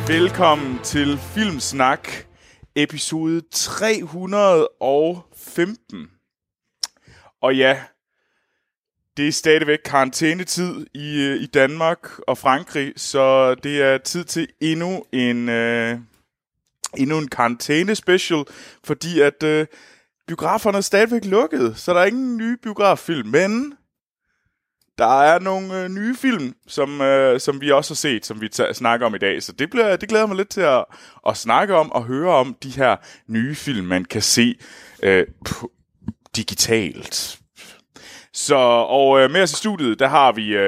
Velkommen til Filmsnak, episode 315. Og ja, det er stadigvæk karantænetid i Danmark og Frankrig, så det er tid til endnu en karantæne-special, fordi at biograferne er stadigvæk lukket, så der er ingen nye biograffilm, men der er nogle nye film, som vi også har set, som vi snakker om i dag. Så det glæder mig lidt til at snakke om og høre om de her nye film, man kan se digitalt. Så, og med os i studiet, der har vi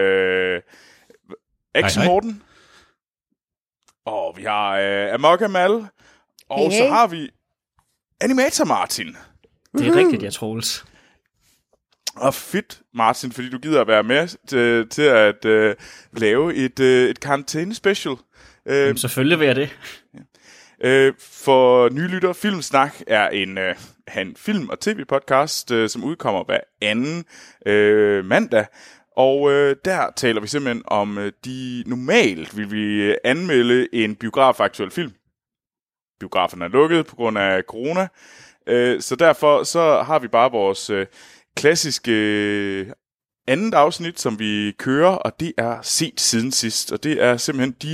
Axel Morten. Og vi har Amok Amal. Og så har vi Animator Martin. Det er rigtigt, jeg Troels. Og fedt, Martin, fordi du gider at være med til at lave et karantæne-special. Selvfølgelig vil jeg det. For nye lytter, Filmsnak er en film- og tv-podcast, som udkommer hver anden mandag. Og der taler vi simpelthen om normalt vil vi anmelde en biografaktuel film. Biograferne er lukket på grund af corona. Så derfor så har vi bare vores klassiske andet afsnit, som vi kører, og det er set siden sidst. Og det er simpelthen de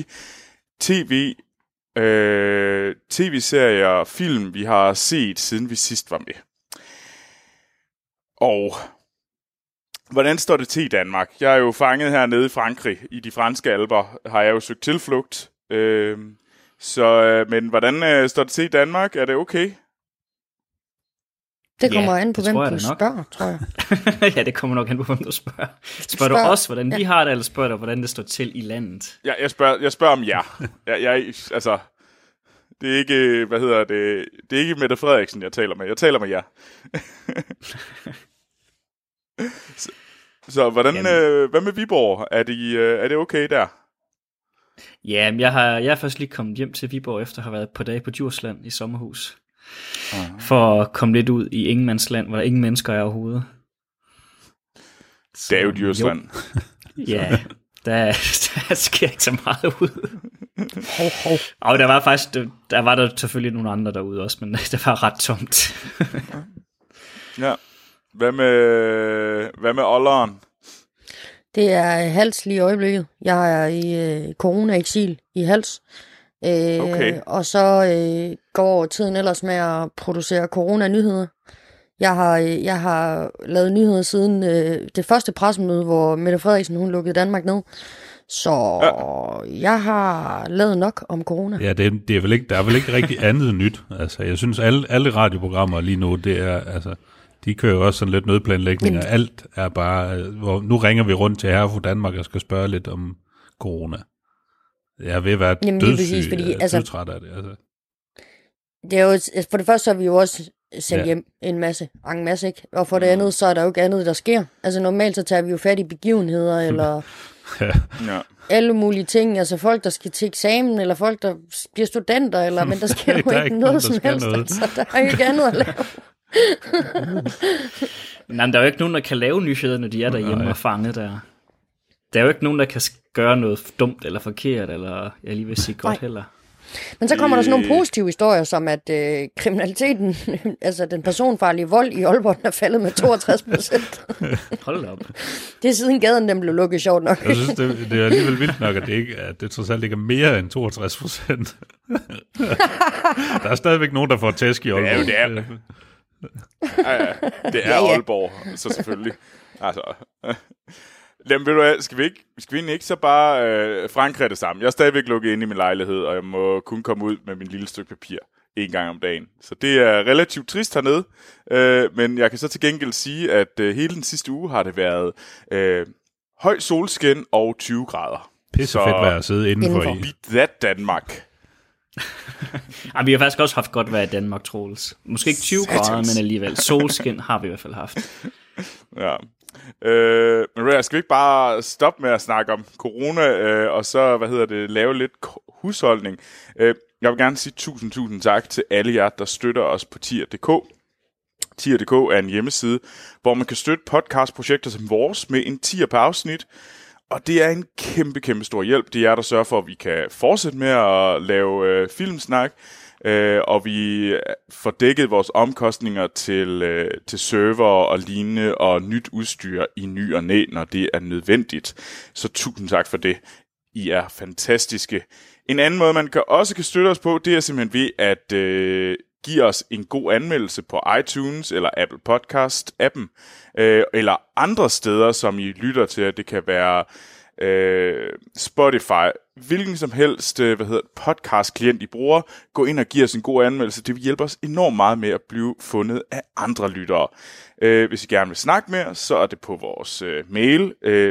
tv-serier og film, vi har set, siden vi sidst var med. Og hvordan står det til i Danmark? Jeg er jo fanget hernede i Frankrig. I de franske alper har jeg jo søgt tilflugt. Men hvordan står det til i Danmark? Er det okay? Det kommer an på, hvem du spørger, tror jeg. Ja, det kommer nok an på, hvem du spørger. Spørger du os, hvordan vi har det, eller spørger du, hvordan det står til i landet? Ja, jeg spørger om jer. Altså, det er ikke, det er ikke Mette Frederiksen, jeg taler med. Jeg taler med jer. så hvordan, hvad med Viborg? Er det okay der? Ja, jeg er først lige kommet hjem til Viborg, efter at have været på dage på Djursland i sommerhus. For at komme lidt ud i ingenmandsland, hvor der ingen mennesker er overhovedet. Det er jo Djursland. Ja, der sker ikke så meget ud. Og der var der selvfølgelig nogle andre derude også, men det var ret tomt. Ja. Hvad med Olleren? Det er Hals lige i øjeblikket. Jeg er i corona-eksil i Hals. Okay. Og så går tiden ellers med at producere corona-nyheder. Jeg har lavet nyheder siden det første pressemøde, hvor Mette Frederiksen hun lukkede Danmark ned. Så jeg har lavet nok om corona. Ja, der er vel ikke rigtig andet nyt. Altså, jeg synes, alle radioprogrammer lige nu, det er, altså, de kører jo også sådan lidt nødplanlægning, og alt er bare, nu ringer vi rundt til Herre for Danmark og skal spørge lidt om corona. Jeg er ved at være dødssyg, dødtræt af det. Altså. Det er jo, for det første så er vi jo også sendt hjem en masse, ikke? Og for det andet, så er der jo ikke andet, der sker. Altså normalt så tager vi jo fat i begivenheder, eller alle mulige ting. Altså folk, der skal til eksamen, eller folk, der bliver studenter, eller, men der sker jo ikke noget som helst. Altså, der er jo ikke andet at lave. Nej, men der er jo ikke nogen, der kan lave nyheder, når de er derhjemme og fanget der. Der er jo ikke nogen, der kan gøre noget dumt eller forkert, eller jeg lige vil sige godt heller. Men så kommer der sådan nogle positive historier, som at kriminaliteten, altså den personfarlige vold i Aalborg, er faldet med 62%. Hold op. Det er siden gaden, den blev lukket, sjovt nok. Jeg synes, det er alligevel vildt nok, at det trods alt ikke er mere end 62%. Der er stadigvæk nogen, der får tæsk i Aalborg. Det er Aalborg, så selvfølgelig. Altså... Jamen, ved du hvad, skal vi ikke så bare Frankrig det sammen? Jeg er stadigvæk lukket inde i min lejlighed, og jeg må kun komme ud med min lille stykke papir en gang om dagen. Så det er relativt trist hernede, men jeg kan så til gengæld sige, at hele den sidste uge har det været høj solskin og 20 grader. Pisse fedt vejr at sidde indenfor i. Beat that Danmark. Vi har faktisk også haft godt vejr i Danmark, Troels. Måske ikke 20 grader, men alligevel. Solskin har vi i hvert fald haft. Ja. Men skal vi ikke bare stoppe med at snakke om corona, og så, lave lidt husholdning? Jeg vil gerne sige tusind tak til alle jer, der støtter os på tier.dk. Tier.dk er en hjemmeside, hvor man kan støtte podcastprojekter som vores med en tier per afsnit. Og det er en kæmpe stor hjælp. Det er jer, der sørger for, at vi kan fortsætte med at lave filmsnak, og vi får dækket vores omkostninger til server og lignende og nyt udstyr i ny og næ, når det er nødvendigt. Så tusind tak for det. I er fantastiske. En anden måde, man også kan støtte os på, det er simpelthen ved at give os en god anmeldelse på iTunes eller Apple Podcast-appen, eller andre steder, som I lytter til. Det kan være Spotify, hvilken som helst podcast-klient I bruger. Gå ind og giv os en god anmeldelse. Det vil hjælpe os enormt meget med at blive fundet af andre lyttere. Hvis I gerne vil snakke med os, så er det på vores mail,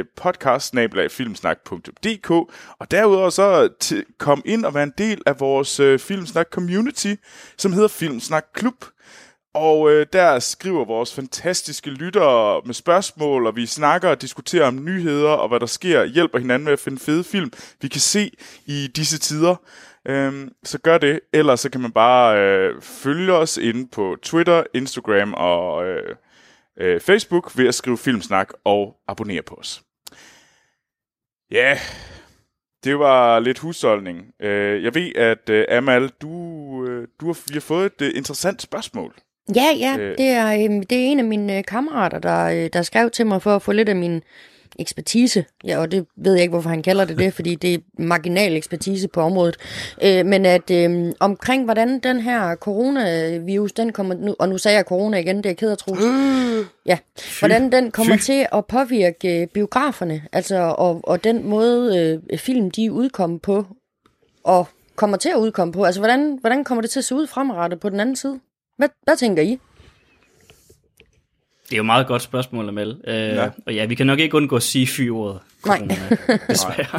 podcast@filmsnak.dk, og derudover så kom ind og være en del af vores Filmsnak-community, som hedder Filmsnak Klub. Og der skriver vores fantastiske lyttere med spørgsmål, og vi snakker og diskuterer om nyheder og hvad der sker, hjælper hinanden med at finde fede film, vi kan se i disse tider. Så gør det, ellers så kan man bare følge os inde på Twitter, Instagram og Facebook ved at skrive Filmsnak og abonnere på os. Ja, det var lidt husholdning. Jeg ved, at Amal, vi har fået et interessant spørgsmål. Ja, det er en af mine kammerater, der skrev til mig for at få lidt af min ekspertise. Ja, og det ved jeg ikke, hvorfor han kalder det, fordi det er marginal ekspertise på området. Men at omkring, hvordan den her coronavirus, den kommer nu, og nu sagde jeg corona igen, det er ked af Troels. Ja, hvordan den kommer til at påvirke biograferne, altså og den måde film de udkommer på, og kommer til at udkomme på. Altså, hvordan kommer det til at se ud fremadrettet på den anden side? Hvad tænker I? Det er jo et meget godt spørgsmål, Amel. Og ja, vi kan nok ikke undgå at sige fy-ordet. Nej. Desværre.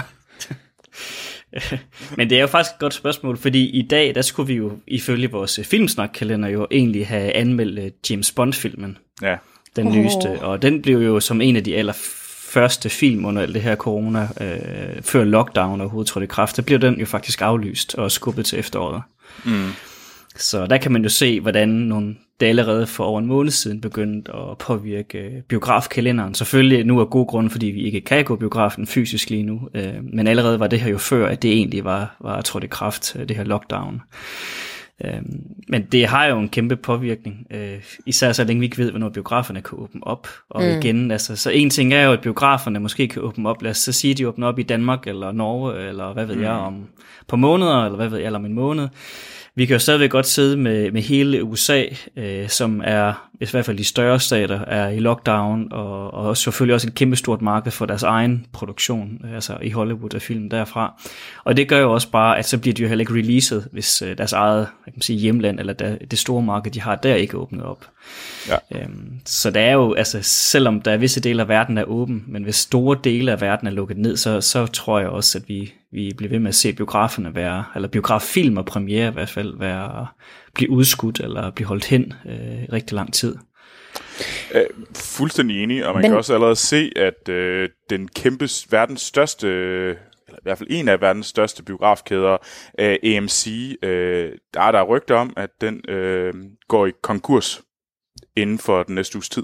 Men det er jo faktisk et godt spørgsmål, fordi i dag, der skulle vi jo ifølge vores filmsnak-kalender jo egentlig have anmeldt James Bond-filmen. Ja. Den nyeste. Og den blev jo som en af de allerførste film under alt det her corona, før lockdown overhovedet trådte i kraft, der blev den jo faktisk aflyst og skubbet til efteråret. Mm. Så der kan man jo se, hvordan det allerede for over en måned siden begyndte at påvirke biografkalenderen. Selvfølgelig nu af gode grunde, fordi vi ikke kan gå biografen fysisk lige nu. Men allerede var det her jo før, at det egentlig var trådt i kraft, det her lockdown. Men det har jo en kæmpe påvirkning, især så længe vi ikke ved, hvornår biograferne kan åbne op. Og igen, altså, så en ting er jo, at biograferne måske kan åbne op. Lad os så sige, at de åbner op i Danmark eller Norge, eller hvad ved jeg, om på måneder, eller hvad ved jeg, eller om en måned. Vi kan jo stadigvæk godt sidde med hele USA, som er, i hvert fald de større stater, er i lockdown, og selvfølgelig også et kæmpestort marked for deres egen produktion, altså i Hollywood af film derfra. Og det gør jo også bare, at så bliver de jo heller ikke releaset, hvis deres eget hjemland, eller det store marked, de har der, ikke er åbnet op. Ja. Så der er jo, altså selvom der er visse dele af verden er åben, men hvis store dele af verden er lukket ned, så tror jeg også, at vi bliver ved med at se biograferne eller biograffilm og premiere i hvert fald blive udskudt eller blive holdt hen i rigtig lang tid. Fuldstændig enig, og man kan også allerede se, at den verdens største, eller i hvert fald en af verdens største biografkæder, AMC, der er rygter om, at den går i konkurs inden for den næste uges tid.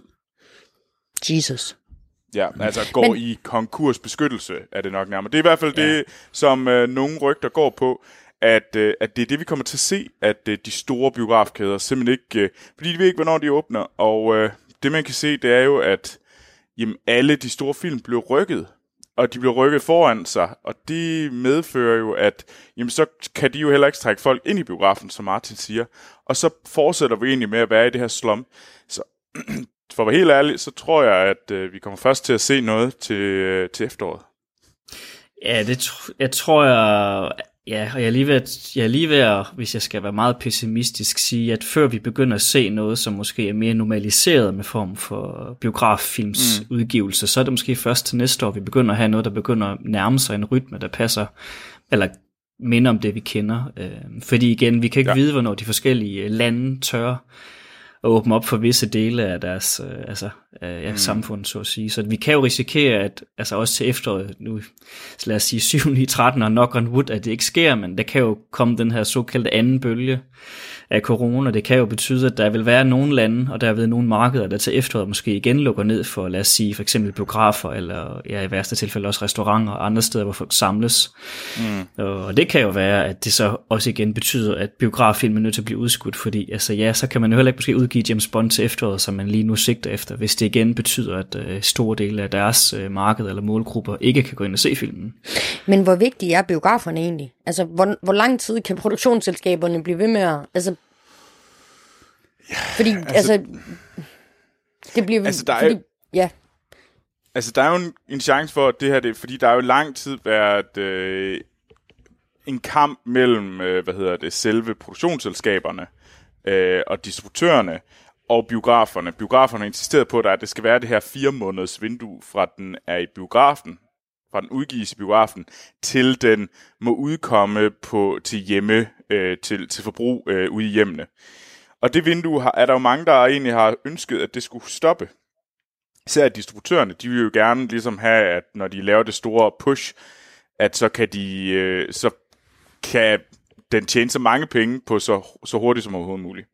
Jesus. Ja, altså går i konkursbeskyttelse, er det nok nærmere. Det er i hvert fald det, som nogle rygter går på, at det er det, vi kommer til at se, at de store biografkæder simpelthen ikke, fordi de ved ikke, hvornår de åbner, og det man kan se, det er jo, at alle de store film blev rykket, og de blev rykket foran sig, og det medfører jo, at så kan de jo heller ikke trække folk ind i biografen, som Martin siger, og så fortsætter vi egentlig med at være i det her slum. Så for at være helt ærlig, så tror jeg, at vi kommer først til at se noget til efteråret. Ja, jeg tror jeg... Ja, og jeg er lige ved at, hvis jeg skal være meget pessimistisk, sige, at før vi begynder at se noget, som måske er mere normaliseret med form for biograffilms udgivelse, så er det måske først til næste år, vi begynder at have noget, der begynder at nærme sig en rytme, der passer, eller minder om det, vi kender. Fordi igen, vi kan ikke vide, hvornår de forskellige lande tør at åbne op for visse dele af deres, samfundet, så at sige. Så vi kan jo risikere, at altså også til efteråret, nu lad os sige 7, 9, 13 og knock on wood, at det ikke sker, men der kan jo komme den her såkaldte anden bølge af corona. Det kan jo betyde, at der vil være nogle lande, og derved nogle markeder, der til efteråret måske igen lukker ned for, lad os sige, for eksempel biografer, eller i værste tilfælde også restauranter og andre steder, hvor folk samles. Og det kan jo være, at det så også igen betyder, at biograffilmen er nødt til at blive udskudt, fordi altså så kan man jo heller ikke måske udgive James Bond til efteråret, som man lige nu sigter efter, hvis det igen betyder, at store dele af deres marked eller målgrupper ikke kan gå ind og se filmen. Men hvor vigtige er biograferne egentlig? Altså, hvor lang tid kan produktionsselskaberne blive ved med at... Altså, fordi, det bliver... Altså, der er jo en chance for, at det her... fordi der er jo lang tid været en kamp mellem, selve produktionsselskaberne og distributørerne og biograferne. Biograferne har insisteret på, at det skal være det her 4 måneders vindue, fra den er i biografen, fra den udgives i biografen, til den må udkomme til hjemme, til forbrug ude i hjemmene. Og det vindue er der jo mange, der egentlig har ønsket, at det skulle stoppe. Især distributørerne, de vil jo gerne ligesom have, at når de laver det store push, at så kan den tjene så mange penge på så hurtigt som overhovedet muligt.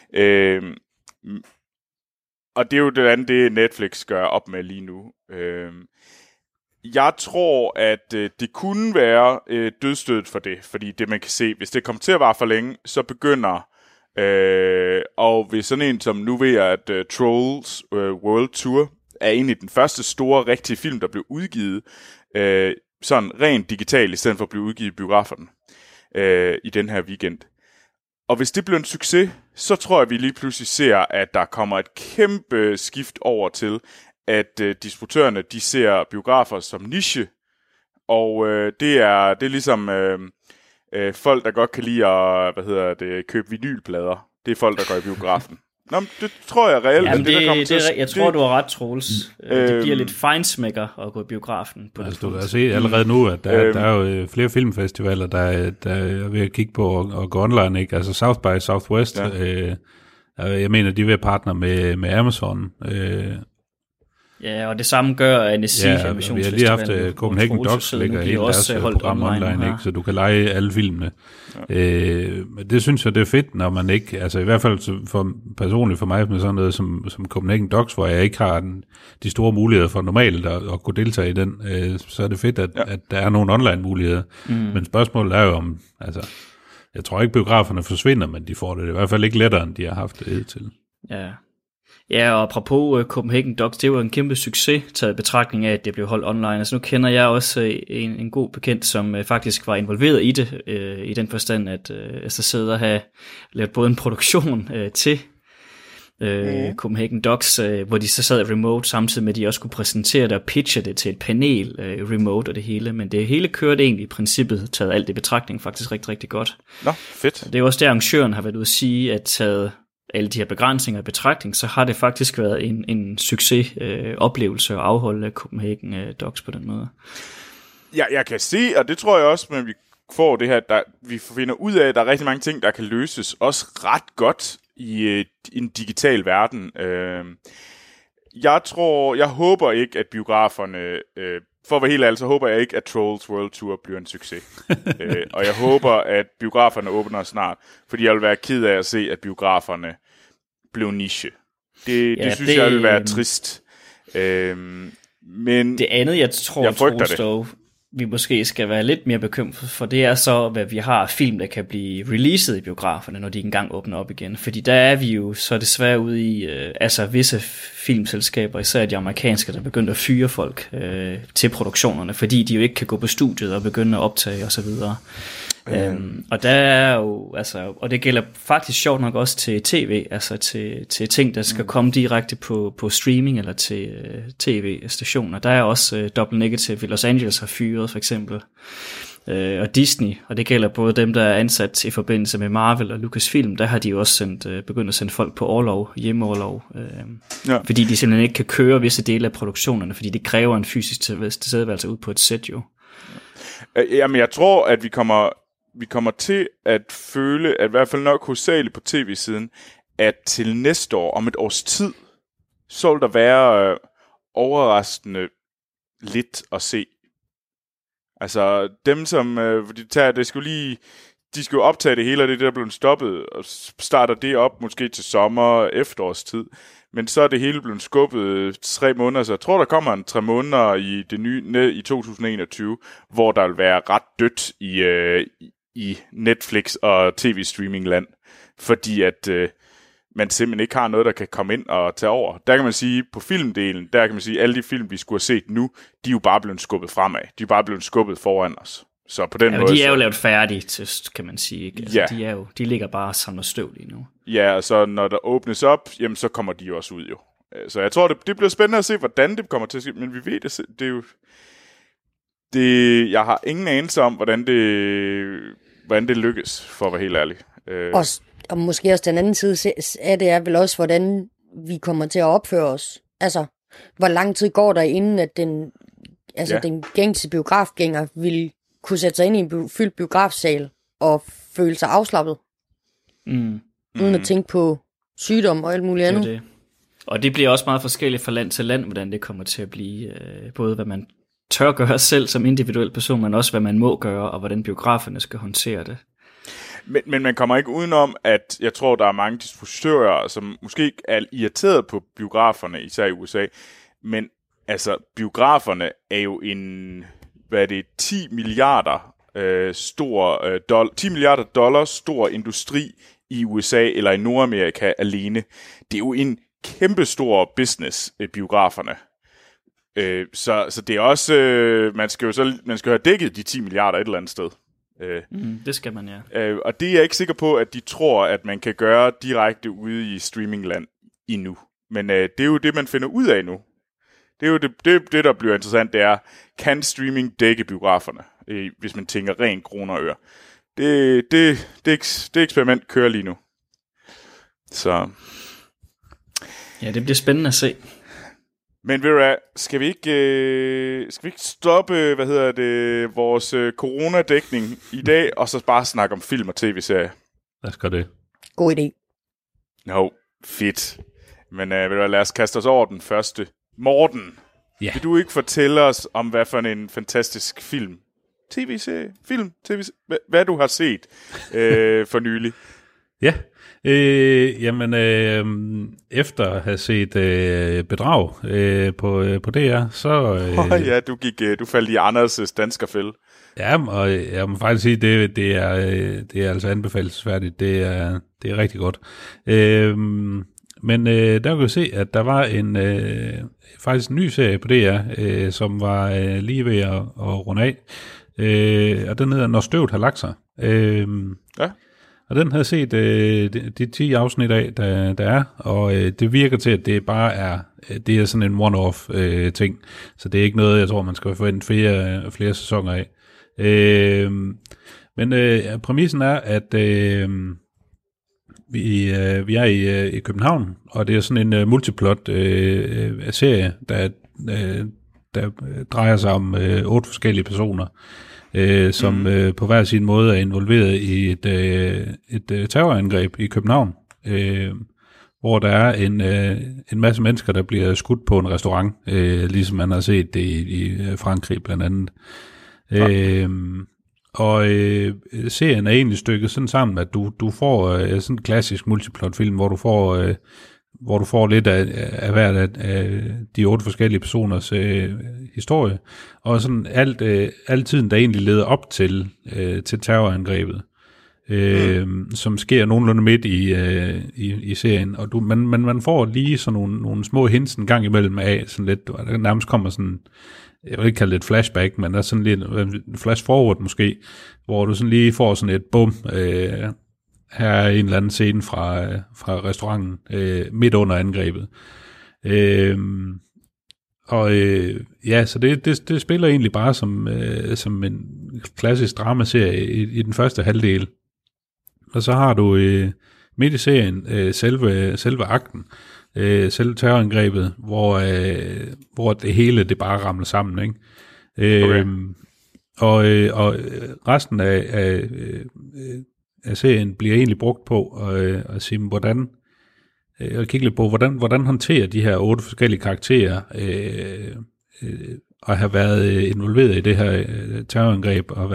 Og det er jo det Netflix gør op med lige nu. Jeg tror, at det kunne være dødsstødet for det, fordi det man kan se, hvis det kommer til at vare for længe, så begynder, og hvis sådan en som nu ved jeg, at Trolls World Tour er egentlig den første store rigtige film, der blev udgivet sådan rent digitalt, i stedet for at blive udgivet i biograferne i den her weekend. Og hvis det bliver en succes, så tror jeg, at vi lige pludselig ser, at der kommer et kæmpe skift over til, at distributørerne, de ser biografer som niche, og det er ligesom folk, der godt kan lide at købe vinylplader. Det er folk, der går i biografen. Nå, det tror jeg reelt. Jamen, jeg tror, du har ret, Troels. Det bliver lidt feinsmækker at gå i biografen. På altså, du kan se allerede nu, at der er jo flere filmfestivaler, der er ved at kigge på og gå online, ikke? Altså South by Southwest, jeg mener, de er ved at partner med Amazon. Ja, og det samme gør NSC. Ja, vi har lige haft Copenhagen Docs, ligger hele deres program online, ikke? Så du kan lege alle filmene. Men det synes jeg, det er fedt, når man ikke, altså i hvert fald personligt for mig med sådan noget som Copenhagen Docs, hvor jeg ikke har de store muligheder for normalt at kunne deltage i den, så er det fedt, at der er nogle online muligheder. Men spørgsmålet er jo om, altså, jeg tror ikke biograferne forsvinder, men de får det i hvert fald ikke lettere, end de har haft det til. Ja, og apropos Copenhagen Docs, det var en kæmpe succes, taget i betragtning af, at det blev holdt online. Altså nu kender jeg også en god bekendt, som faktisk var involveret i det, i den forstand, at så sidder og have lavet både en produktion til Copenhagen Docs, hvor de så sad remote, samtidig med, at de også kunne præsentere det og pitche det til et panel remote og det hele. Men det hele kørte egentlig i princippet, taget alt det i betragtning, faktisk rigtig, rigtig godt. Nå, fedt. Det er også det, arrangøren har været ude at sige, at taget alle de her begrænsninger i betragtning, så har det faktisk været en succes oplevelse at afholde Copenhagen Docs på den måde. Ja, jeg kan se, og det tror jeg også, men vi får det her, vi finder ud af, at der er rigtig mange ting, der kan løses også ret godt i en digital verden. Jeg håber ikke, at biograferne, for at være helt ærlig, så håber jeg ikke, at Trolls World Tour bliver en succes. Og jeg håber, at biograferne åbner snart, fordi jeg vil være ked af at se, at biograferne blev niche. Det synes jeg vil være trist. Men det andet, jeg tror, vi måske skal være lidt mere bekymret for, det er så, hvad vi har film, der kan blive releaset i biograferne, når de engang åbner op igen. Fordi der er vi jo så desværre ude i, visse filmselskaber, især de amerikanske, der begynder at fyre folk til produktionerne, fordi de jo ikke kan gå på studiet og begynde at optage osv. Og der er jo, altså, og det gælder faktisk sjovt nok også til tv, altså til ting, der skal komme direkte på streaming eller til tv-stationer. Der er også Double Negative i Los Angeles har fyret for eksempel, og Disney, og det gælder både dem, der er ansat i forbindelse med Marvel og Lucasfilm, der har de jo også begyndt at sende folk på orlov, hjemmeorlov, fordi de simpelthen ikke kan køre visse dele af produktionerne, fordi det kræver en fysisk tilstedeværelse ud på et sæt jo. Jamen jeg tror, at vi kommer til at føle, at i hvert fald nok hovedsageligt på tv-siden, at til næste år, om et års tid, så vil der være overraskende lidt at se. Altså dem som de skal jo optage det hele, og det der er blevet stoppet, og starter det op måske til sommer, efterårstid. Men så er det hele blevet skubbet 3 måneder, så jeg tror, der kommer 3 måneder i det nye i 2021, hvor der vil være ret dødt i Netflix og tv-streamingland, fordi at man simpelthen ikke har noget, der kan komme ind og tage over. Der kan man sige, på filmdelen, der kan man sige, alle de film, vi skulle have set nu, de er jo bare blevet skubbet fremad. De er bare blevet skubbet foran os. Så på den måde, de er jo lavet færdige til, kan man sige. Ikke? Altså, ja. De ligger bare og samler støv lige nu. Ja, og så når der åbnes op, jamen så kommer de også ud jo. Så jeg tror, det bliver spændende at se, hvordan det kommer til at ske. Men vi ved det er jo... jeg har ingen anelse om, hvordan det lykkes, for at være helt ærlig. Og måske også den anden side af det er vel også, hvordan vi kommer til at opføre os. Altså, hvor lang tid går der, inden at den gængse biografgænger vil kunne sætte sig ind i en fyldt biografsal og føle sig afslappet. Uden at tænke på sygdom og alt muligt andet. Det. Og det bliver også meget forskelligt fra land til land, hvordan det kommer til at blive. Både hvad man tør gøre selv som individuel person, men også hvad man må gøre, og hvordan biograferne skal håndtere det. Men man kommer ikke udenom, at jeg tror, der er mange distributører, som måske er irriteret på biograferne, især i USA. Men altså, biograferne er jo 10 milliarder $10 milliarder stor industri i USA eller i Nordamerika alene. Det er jo en kæmpestor business, biograferne. Så det er også, man skal have dækket de 10 milliarder et eller andet sted. Det skal man, ja. Og det er jeg ikke sikker på, at de tror, at man kan gøre direkte ude i streamingland endnu. Men det er jo det, man finder ud af nu. Det er jo det, der bliver interessant, det er, kan streaming dække biograferne, hvis man tænker ren kroner og øre. Det eksperiment kører lige nu. Så. Ja, det bliver spændende at se. Men ved du hvad, skal vi ikke stoppe, vores coronadækning i dag, og så bare snakke om film og tv-serier? Lad os gøre det. God idé. Fedt. Men ved du hvad, lad os kaste os over den første. Morten, Vil du ikke fortælle os om, hvad for en fantastisk film, tv-serie, hvad du har set for nylig? Ja, efter at have set Bedrag på DR, så... du faldt i Anders' danskerfælde. Ja, og jeg må faktisk sige, det er altså anbefalelsesværdigt. Det er rigtig godt. Men der kan vi se, at der var faktisk en ny serie på DR, som var lige ved at runde af. Og den hedder Når støvet har lagt sig. Ja. Og den har jeg set de 10 afsnit af, der er, og det virker til, at det bare er sådan en one-off ting. Så det er ikke noget, jeg tror, man skal forvente flere sæsoner af. Men præmissen er, at vi er i København, og det er sådan en multiplot-serie, der drejer sig om 8 forskellige personer, som på hver sin måde er involveret i et terrorangreb i København, hvor der er en masse mennesker, der bliver skudt på en restaurant, ligesom man har set det i Frankrig blandt andet. Ja. Og serien er egentlig stykket sådan sammen, at du får sådan en klassisk multiplot-film, hvor du får lidt af hvert af de 8 forskellige personers historie, og sådan alt tiden, der egentlig leder op til terrorangrebet, som sker nogenlunde midt i serien, og man får lige sådan nogle små hints en gang imellem af, sådan lidt, der nærmest kommer sådan, jeg vil ikke kalde det et flashback, men der er sådan lidt flash forward måske, hvor du sådan lige får sådan et bum, her er en eller anden scene fra restauranten midt under angrebet. Så det spiller egentlig bare som en klassisk dramaserie i den første halvdel. Og så har du midt i serien selve akten, selve terrorangrebet, hvor det hele det bare ramler sammen, ikke? Okay. Og resten af serien bliver egentlig brugt på at sige, hvordan og kigge lidt på, hvordan håndterer de her 8 forskellige karakterer og have været involveret i det her terrorangreb, og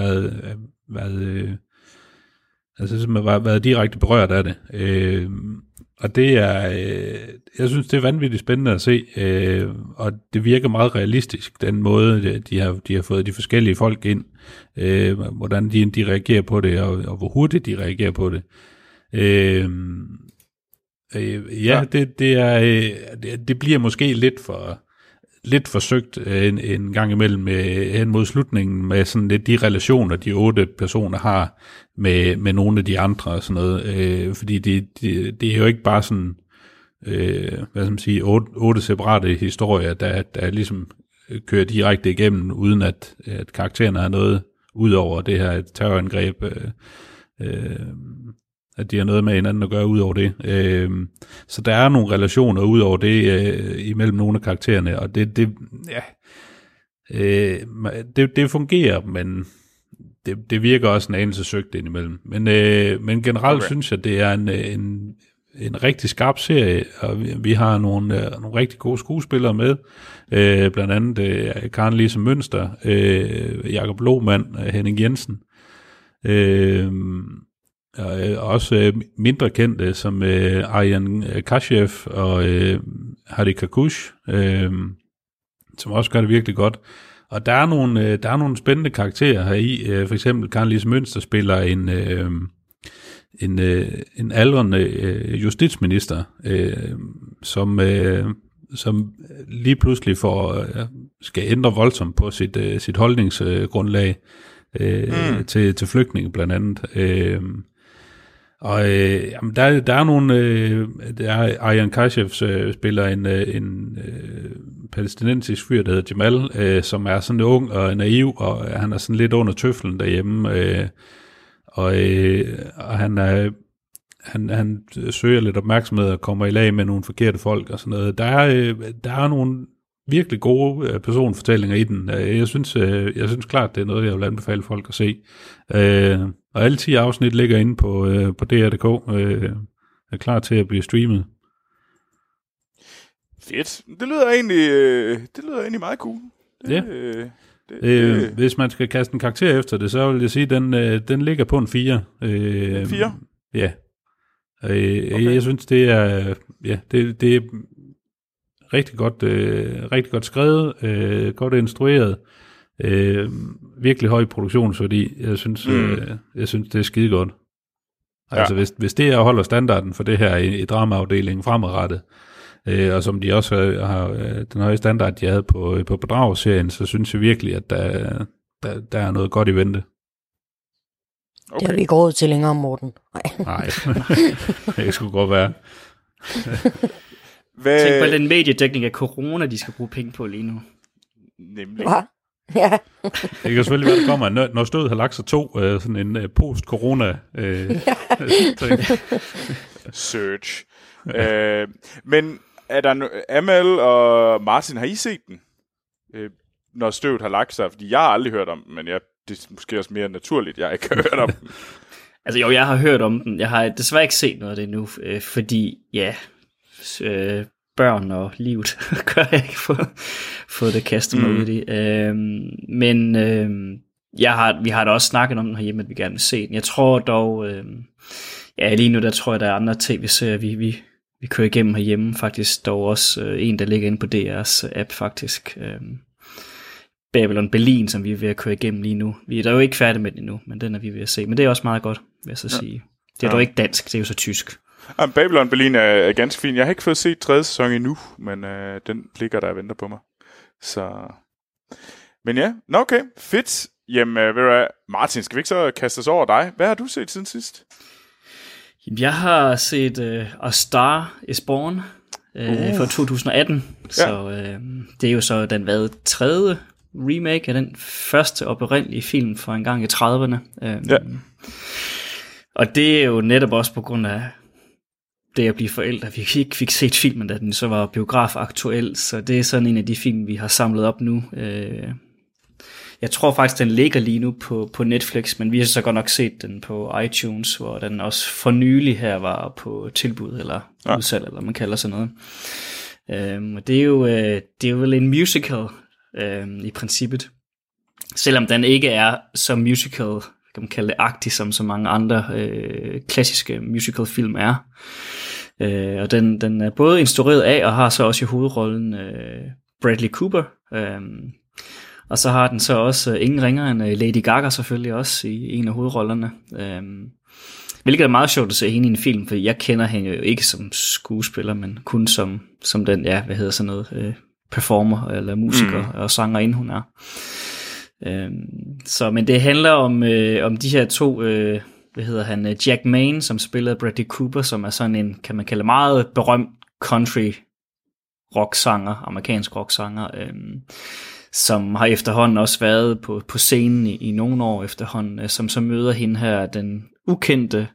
været direkte berørt af det. Og det er, jeg synes, det er vanvittigt spændende at se, og det virker meget realistisk, den måde, de har fået de forskellige folk ind, hvordan de reagerer på det, og hvor hurtigt de reagerer på det. Det bliver måske lidt forsøgt en gang imellem hen mod slutningen med sådan lidt de relationer, de 8 personer har med nogle af de andre og sådan noget. Fordi det er jo ikke bare sådan, hvad skal man sige, 8 separate historier, der ligesom kører direkte igennem, uden at karaktererne har noget ud over det her terrorangreb. At de har noget med hinanden at gøre ud over det. Så der er nogle relationer ud over det imellem nogle af karaktererne, og det fungerer, men det virker også en anelse søgt indimellem. Men generelt synes jeg, det er en rigtig skarp serie, og vi har nogle rigtig gode skuespillere med, blandt andet Karen Lise Mønster, Jakob Lohmann, Henning Jensen, og også mindre kendte som Aryan Kashev og Hadi Kakush, som også gør det virkelig godt. Og der er nogle spændende karakterer her i. For eksempel Karen Lise Mønster spiller en aldrende justitsminister, som lige pludselig skal ændre voldsomt på sit holdningsgrundlag til flygtninge blandt andet. Og jamen, der er nogle, Aryan Kashev spiller en palæstinensisk fyr, der hedder Jamal, som er sådan ung og naiv, og han er sådan lidt under tøflen derhjemme, og han søger lidt opmærksomhed og kommer i lag med nogle forkerte folk og sådan noget. Der er nogle virkelig gode personfortællinger i den. Jeg synes klart, det er noget, jeg vil anbefale folk at se. Og alle 10 afsnit ligger inde på DR.dk, er klar til at blive streamet. Fedt. Det lyder egentlig meget cool. Hvis man skal kaste en karakter efter det, så vil jeg sige, den ligger på en 4. 4? Ja. Okay. Jeg synes, det er rigtig godt skrevet, godt instrueret, virkelig høj produktionsværdi. Jeg synes, det er skide godt. Altså, hvis det holder standarden for det her i dramaafdelingen fremadrettet, og som de også har den høje standard, de havde på Bedrag-serien, så synes jeg virkelig, at der er noget godt i vente. Okay. Det har vi ikke råd til længere, Morten. Nej, det skulle godt være. Tænk på den mediedækning af corona, de skal bruge penge på lige nu. Nemlig. Hva? Ja. Det kan selvfølgelig være, der kommer, når stødet har lagt sig sådan en post-corona search. Men er der Amal og Martin, har I set den? Når støvet har lagt sig? Fordi jeg har aldrig hørt om den, men det er måske også mere naturligt, jeg ikke har hørt om den. Altså jo, jeg har hørt om den. Jeg har desværre ikke set noget af det nu, fordi børn og livet gør jeg ikke få det kastet mig ud i. Men vi har da også snakket om den herhjemme, at vi gerne vil se den. Jeg tror dog, lige nu der tror jeg, der er andre tv-serier, vi kører igennem herhjemme. Faktisk dog også en, der ligger inde på DR's app faktisk. Babylon Berlin, som vi er ved at køre igennem lige nu. Vi er da jo ikke færdige med den endnu, men den er vi ved at se. Men det er også meget godt, vil jeg så sige. Det er dog ikke dansk, det er jo så tysk. Babylon Berlin er ganske fin. Jeg har ikke fået set 3. sæson endnu, men den ligger der og venter på mig. Så... Men ja, okay, fedt. Jamen, ved du hvad, Martin, skal vi ikke så kaste os over dig? Hvad har du set siden sidst? Jeg har set A Star is Born fra 2018. Så det er jo så den 3. remake af den første oprindelige film fra en gang i 30'erne. Og det er jo netop også på grund af det at blive forældre. Vi ikke fik set filmen, da den så var biograf aktuel, så det er sådan en af de film, vi har samlet op nu. Jeg tror faktisk, den ligger lige nu på Netflix, men vi har så godt nok set den på iTunes, hvor den også for nylig her var på tilbud, eller udsalg, eller man kalder sådan noget. Det er jo vel en musical i princippet. Selvom den ikke er så musical, kan man kalde det, agtig, som så mange andre klassiske musicalfilm er. Og den er både instrueret af, og har så også i hovedrollen Bradley Cooper. Og så har den så også ingen ringere end Lady Gaga selvfølgelig også i en af hovedrollerne. Hvilket er meget sjovt at se hende i en film, for jeg kender hende jo ikke som skuespiller, men kun som den, performer eller musiker og sangerinde hun er. Men det handler om de her to, Jack Maine, som spillede Bradley Cooper, som er sådan en, kan man kalde, meget berømt country rocksanger, amerikansk rocksanger, som har efterhånden også været på scenen i nogle år efterhånden, som så møder hende her, den ukendte,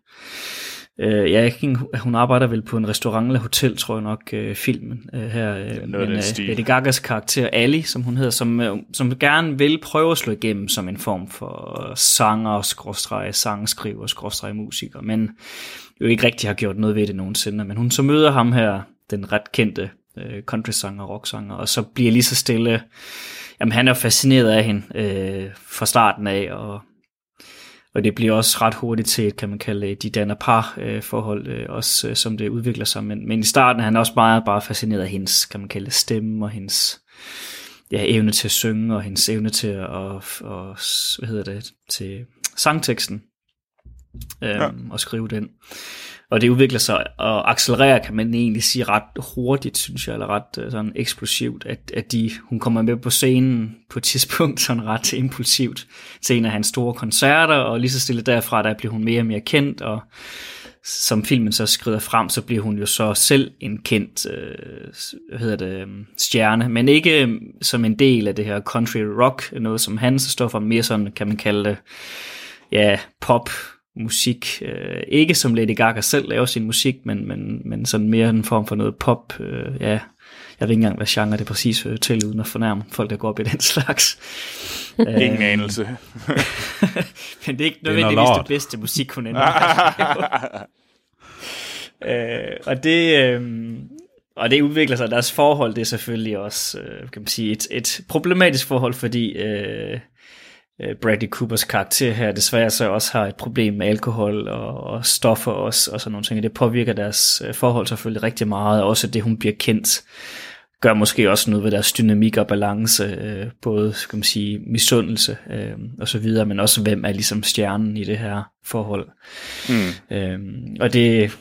hun arbejder vel på en restaurant eller hotel, tror jeg nok, filmen her, men Lady Gagas karakter Ali, som hun hedder, som gerne vil prøve at slå igennem som en form for sanger, sangskriver, musiker, men jo ikke rigtig har gjort noget ved det nogensinde, men hun så møder ham her, den ret kendte country-sanger, rocksanger, og så bliver lige så stille, jamen han er fascineret af hende fra starten af, og det bliver også ret hurtigt til et, kan man kalde, de danner par forhold, også som det udvikler sig, men i starten er han også meget bare fascineret af hendes, kan man kalde, stemme, og hendes evne til at synge, og hendes evne til til sangteksten, og skrive den. Og det udvikler sig og accelererer, kan man egentlig sige, ret hurtigt, synes jeg, eller ret sådan eksplosivt, at hun kommer med på scenen på et tidspunkt sådan ret impulsivt til en af hans store koncerter, og lige så stille derfra, der bliver hun mere og mere kendt, og som filmen så skrider frem, så bliver hun jo så selv en kendt stjerne, men ikke som en del af det her country rock, noget som han så står for, mere sådan, kan man kalde det, pop musik, ikke som Lady Gaga selv laver sin musik, men sådan mere en form for noget pop, jeg ved ikke engang, hvad genre det præcis hører til, uden at fornærme folk, der går op i den slags. Ingen anelse. Men det er ikke nødvendigvis det bedste musik, hun ender. Og det udvikler sig, deres forhold, det er selvfølgelig også, kan man sige, et problematisk forhold, fordi Bradley Coopers karakter her desværre så også har et problem med alkohol og stoffer også, og sådan nogle ting. Det påvirker deres forhold selvfølgelig rigtig meget, og også det, hun bliver kendt, gør måske også noget ved deres dynamik og balance, både, skal man sige, misundelse og så videre, men også hvem er ligesom stjernen i det her forhold. Og det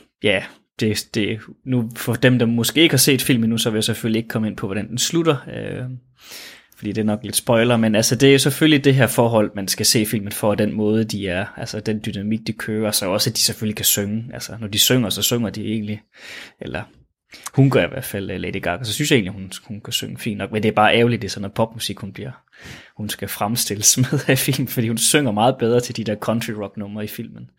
nu for dem, der måske ikke har set filmen nu, så vil jeg selvfølgelig ikke komme ind på, hvordan den slutter, fordi det er nok lidt spoiler, men altså det er jo selvfølgelig det her forhold, man skal se filmen for, den måde de er, altså den dynamik de kører, så også at de selvfølgelig kan synge, altså når de synger, så synger de egentlig, eller hun gør i hvert fald, Lady Gaga, så synes jeg egentlig, hun kan synge fint nok, men det er bare ærgerligt, det er sådan noget popmusik, hun skal fremstilles med af film, fordi hun synger meget bedre til de der country rock numre i filmen.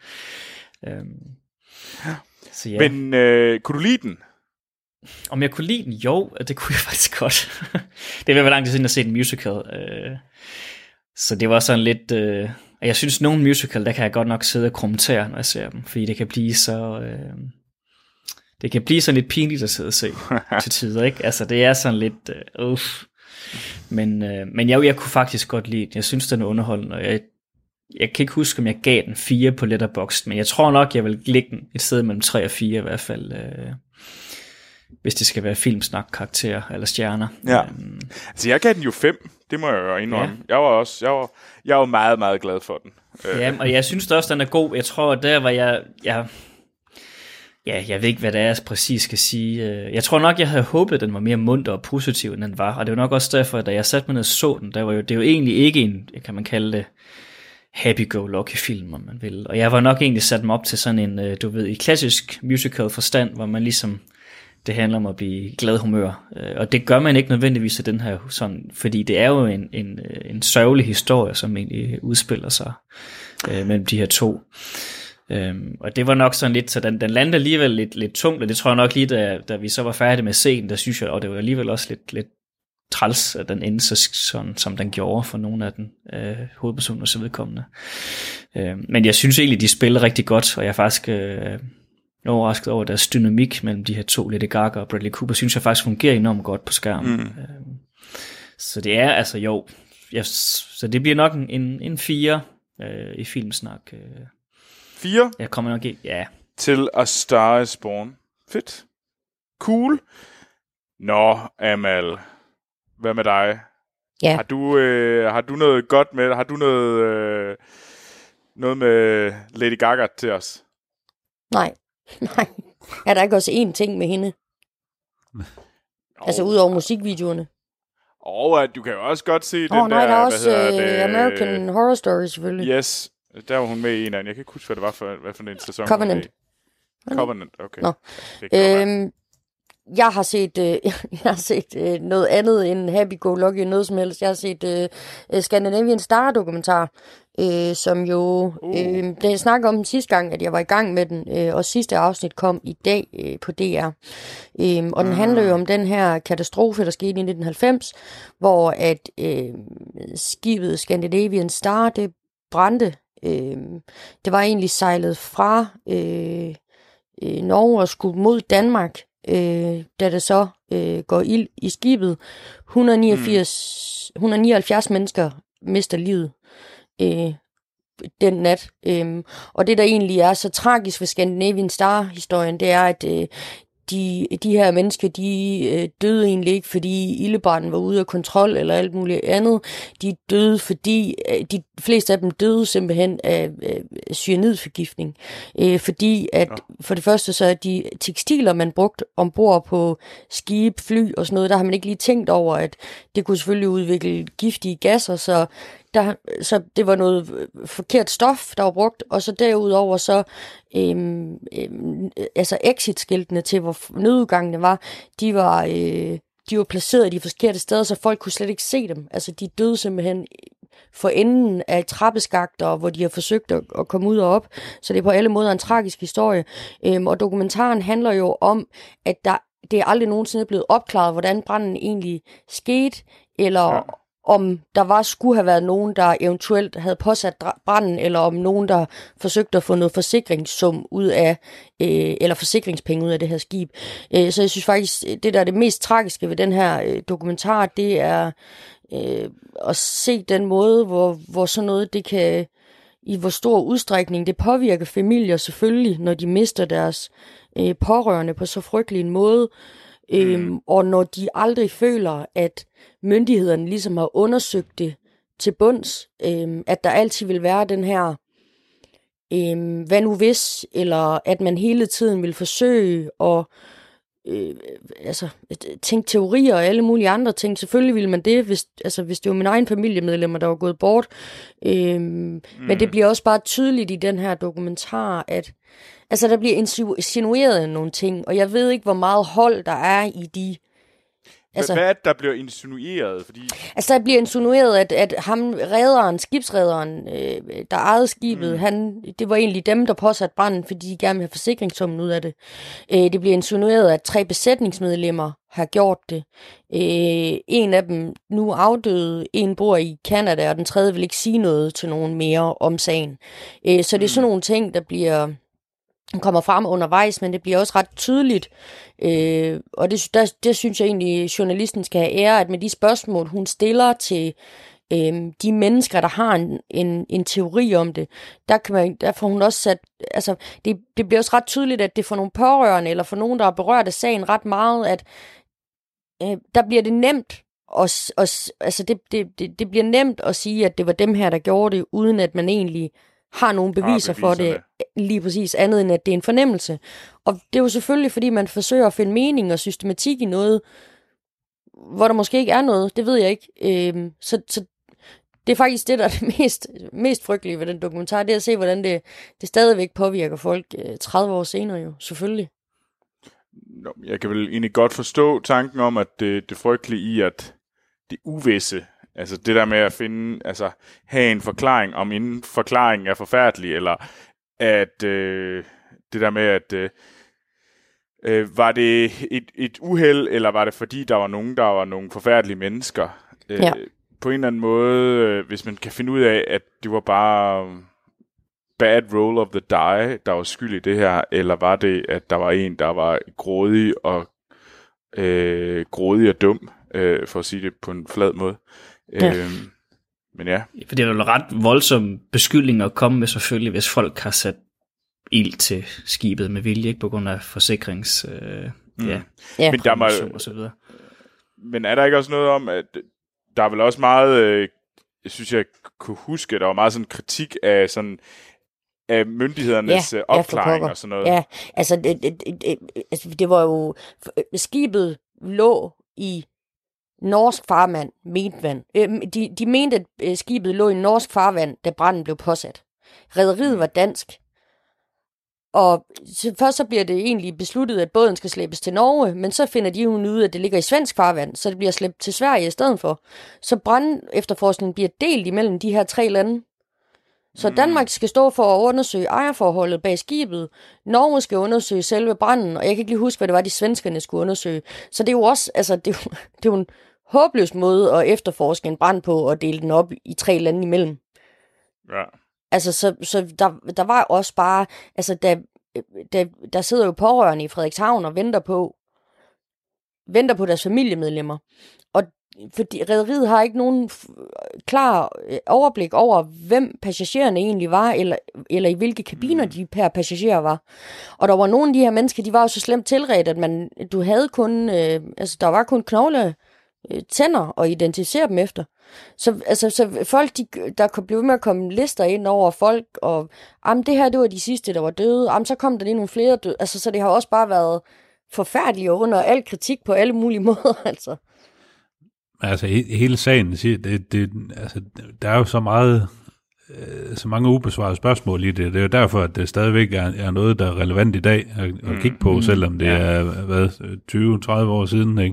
Så ja. Men kunne du lide den? Om jeg kunne lide den? Jo, det kunne jeg faktisk godt. Det var lang tid siden, jeg har set en musical. Så det var sådan lidt... jeg synes, nogle musical, der kan jeg godt nok sidde og kommentere, når jeg ser dem. Fordi det kan blive så... det kan blive sådan lidt pinligt at sidde og se til tider, ikke? Altså, det er sådan lidt... Men jeg kunne faktisk godt lide den. Jeg synes, den er underholdende, og jeg kan ikke huske, om jeg gav den 4 på Letterboxd, men jeg tror nok, jeg vil lægge den et sted mellem 3 og 4 i hvert fald... hvis det skal være filmsnak, karakter eller stjerner. Ja. Altså jeg gav den jo 5, det må jeg jo indrømme. Ja. Jeg var meget, meget glad for den. Ja, og jeg synes også, den er god. Jeg tror, der var jeg ved ikke, hvad det er, jeg præcis skal sige. Jeg tror nok, jeg havde håbet, den var mere munter og positiv, end den var. Og det var nok også derfor, da jeg satte mig ned og så den, det er jo egentlig ikke en, kan man kalde det, happy-go-lucky film, om man vil. Og jeg var nok egentlig sat mig op til sådan en, i klassisk musical forstand, hvor man ligesom, det handler om at blive glad humør. Og det gør man ikke nødvendigvis i den her sådan, fordi det er jo en sørgelig historie, som egentlig udspiller sig mellem de her to. Og det var nok sådan lidt, så den landede alligevel lidt tungt, og det tror jeg nok lige, da vi så var færdige med scenen, der synes jeg, og det var alligevel også lidt træls, at den endte sådan, som den gjorde for nogle af den hovedpersoners vedkommende. Men jeg synes egentlig, de spiller rigtig godt, og jeg er faktisk overrasket over deres dynamik mellem de her to, Lady Gaga og Bradley Cooper, synes jeg faktisk fungerer enormt godt på skærmen. Så det er altså så det bliver nok en 4 i Filmsnak. 4? Jeg kommer nok ikke, ja. Til A Star Is Born. Fedt. Cool. Nå, Amal. Hvad med dig? Ja. Har du noget godt med? Har du noget med Lady Gaga til os? Nej. Er der ikke også én ting med hende? Altså udover musikvideoerne? Du kan jo også godt se den der... der er også American Horror Story selvfølgelig. Yes, der var hun med i en af den. Jeg kan ikke huske, hvad det var for en sæson. Covenant. Okay. Nå. Jeg har set noget andet end Happy Go Lucky, noget som helst. Jeg har set Scandinavian Star dokumentar, som jo, da jeg snakkede om den sidste gang, at jeg var i gang med den, og sidste afsnit kom i dag på DR. Og den handler jo om den her katastrofe, der skete i 1990, hvor at skibet Scandinavian Star, det brændte. Det var egentlig sejlet fra Norge og skulle mod Danmark, da det så går ild i skibet. 179 mennesker mister livet den nat. Og det, der egentlig er så tragisk ved Scandinavian Star-historien, det er, at de her mennesker, de døde egentlig ikke, fordi ildebranden var ude af kontrol eller alt muligt andet. De døde, fordi de fleste af dem døde simpelthen af cyanidforgiftning. Fordi at for det første, så er de tekstiler, man brugte ombord på skib, fly og sådan noget, der har man ikke lige tænkt over, at det kunne selvfølgelig udvikle giftige gasser, så det var noget forkert stof, der var brugt, og så derudover så altså exit-skiltene til, hvor nødudgangene var, de var placeret i de forkerte steder, så folk kunne slet ikke se dem. Altså de døde simpelthen for enden af trappeskakter, hvor de har forsøgt at komme ud og op. Så det er på alle måder en tragisk historie. Og dokumentaren handler jo om, at det er aldrig nogensinde blevet opklaret, hvordan branden egentlig skete, eller om der skulle have været nogen, der eventuelt havde påsat branden, eller om nogen, der forsøgte at få noget forsikringssum ud af, eller forsikringspenge ud af det her skib. Så jeg synes faktisk, det der er det mest tragiske ved den her dokumentar, det er at se den måde, hvor sådan noget, det kan, i hvor stor udstrækning det påvirker familier selvfølgelig, når de mister deres pårørende på så frygtelig en måde, og når de aldrig føler, at myndighederne ligesom har undersøgt det til bunds, at der altid vil være den her hvad nu hvis, eller at man hele tiden vil forsøge at tænke teorier og alle mulige andre ting. Selvfølgelig ville man det, hvis det var min egen familiemedlemmer, der var gået bort. Men det bliver også bare tydeligt i den her dokumentar, at der bliver insinueret nogle ting, og jeg ved ikke, hvor meget hold der er i de... Hvad er det, der bliver insinueret? Fordi... der bliver insinueret, at skibsrederen, der ejede skibet, det var egentlig dem, der påsatte branden, fordi de gerne vil have forsikringssummen ud af det. Det bliver insinueret, at 3 besætningsmedlemmer har gjort det. En af dem nu afdøde, en bor i Canada, og den tredje vil ikke sige noget til nogen mere om sagen. Så det er sådan nogle ting, der kommer frem undervejs, men det bliver også ret tydeligt, og det synes jeg egentlig, journalisten skal have ære, at med de spørgsmål, hun stiller til de mennesker, der har en teori om det, der får hun også sat, det bliver også ret tydeligt, at det for nogle pårørende, eller for nogen, der har berørt af sagen ret meget, at der bliver det nemt, det bliver nemt at sige, at det var dem her, der gjorde det, uden at man egentlig har nogle beviser for det, lige præcis andet end at det er en fornemmelse. Og det er jo selvfølgelig, fordi man forsøger at finde mening og systematik i noget, hvor der måske ikke er noget. Det ved jeg ikke. Så det er faktisk det, der er det mest frygtelige ved den dokumentar, det er at se, hvordan det stadigvæk påvirker folk 30 år senere jo, selvfølgelig. Jeg kan vel egentlig godt forstå tanken om, at det frygtelige i, at det uvisse, altså det der med at finde, have en forklaring, om en forklaring er forfærdelig, eller at det der med, Var det et uheld, eller var det fordi, der var nogle forfærdelige mennesker? På en eller anden måde, hvis man kan finde ud af, at det var bare bad roll of the die, der var skyld i det her, eller var det, at der var en, der var grådig og dum, for at sige det på en flad måde. Men ja. For det er jo ret voldsom beskyldning at komme med, selvfølgelig, hvis folk har sat ild til skibet med vilje, ikke på grund af forsikrings men der må, og så videre. Men er der ikke også noget om, at der er vel også meget, jeg synes jeg kunne huske, der var meget sådan kritik af sådan af myndighedernes opklaring og sådan noget. Ja, altså det var jo, skibet lå i norsk farvand, de mente, at skibet lå i norsk farvand, da branden blev påsat. Rederiet var dansk. Og først så bliver det egentlig besluttet, at båden skal slæbes til Norge, men så finder de jo ud af, at det ligger i svensk farvand, så det bliver slæbt til Sverige i stedet for. Så brandefterforskningen bliver delt imellem de her 3 lande. Så Danmark skal stå for at undersøge ejerforholdet bag skibet, Norge skal undersøge selve branden, og jeg kan ikke lige huske, hvad det var, de svenskerne skulle undersøge. Så det er jo også, altså det er jo en håbløs måde at efterforske en brand på, og dele den op i 3 lande imellem. Ja. Altså, så der var også bare, altså, der sidder jo pårørende i Frederikshavn og venter på deres familiemedlemmer. Og fordi rederiet har ikke nogen klar overblik over, hvem passagererne egentlig var, eller i hvilke kabiner de her passagerer var. Og der var nogle af de her mennesker, de var jo så slemt tilredt, at du havde kun, der var kun knogle tænder og identificere dem efter. Så folk, der blev ved med at komme lister ind over folk, og det her, det var de sidste, der var døde. Så kom der lige nogle flere døde. Altså, så det har også bare været forfærdeligt og under al kritik på alle mulige måder, altså. Altså, hele sagen, altså, der er jo så meget, så mange ubesvarede spørgsmål i det. Det er jo derfor, at det stadigvæk er noget, der er relevant i dag at kigge på, selvom det er 20-30 år siden, ikke?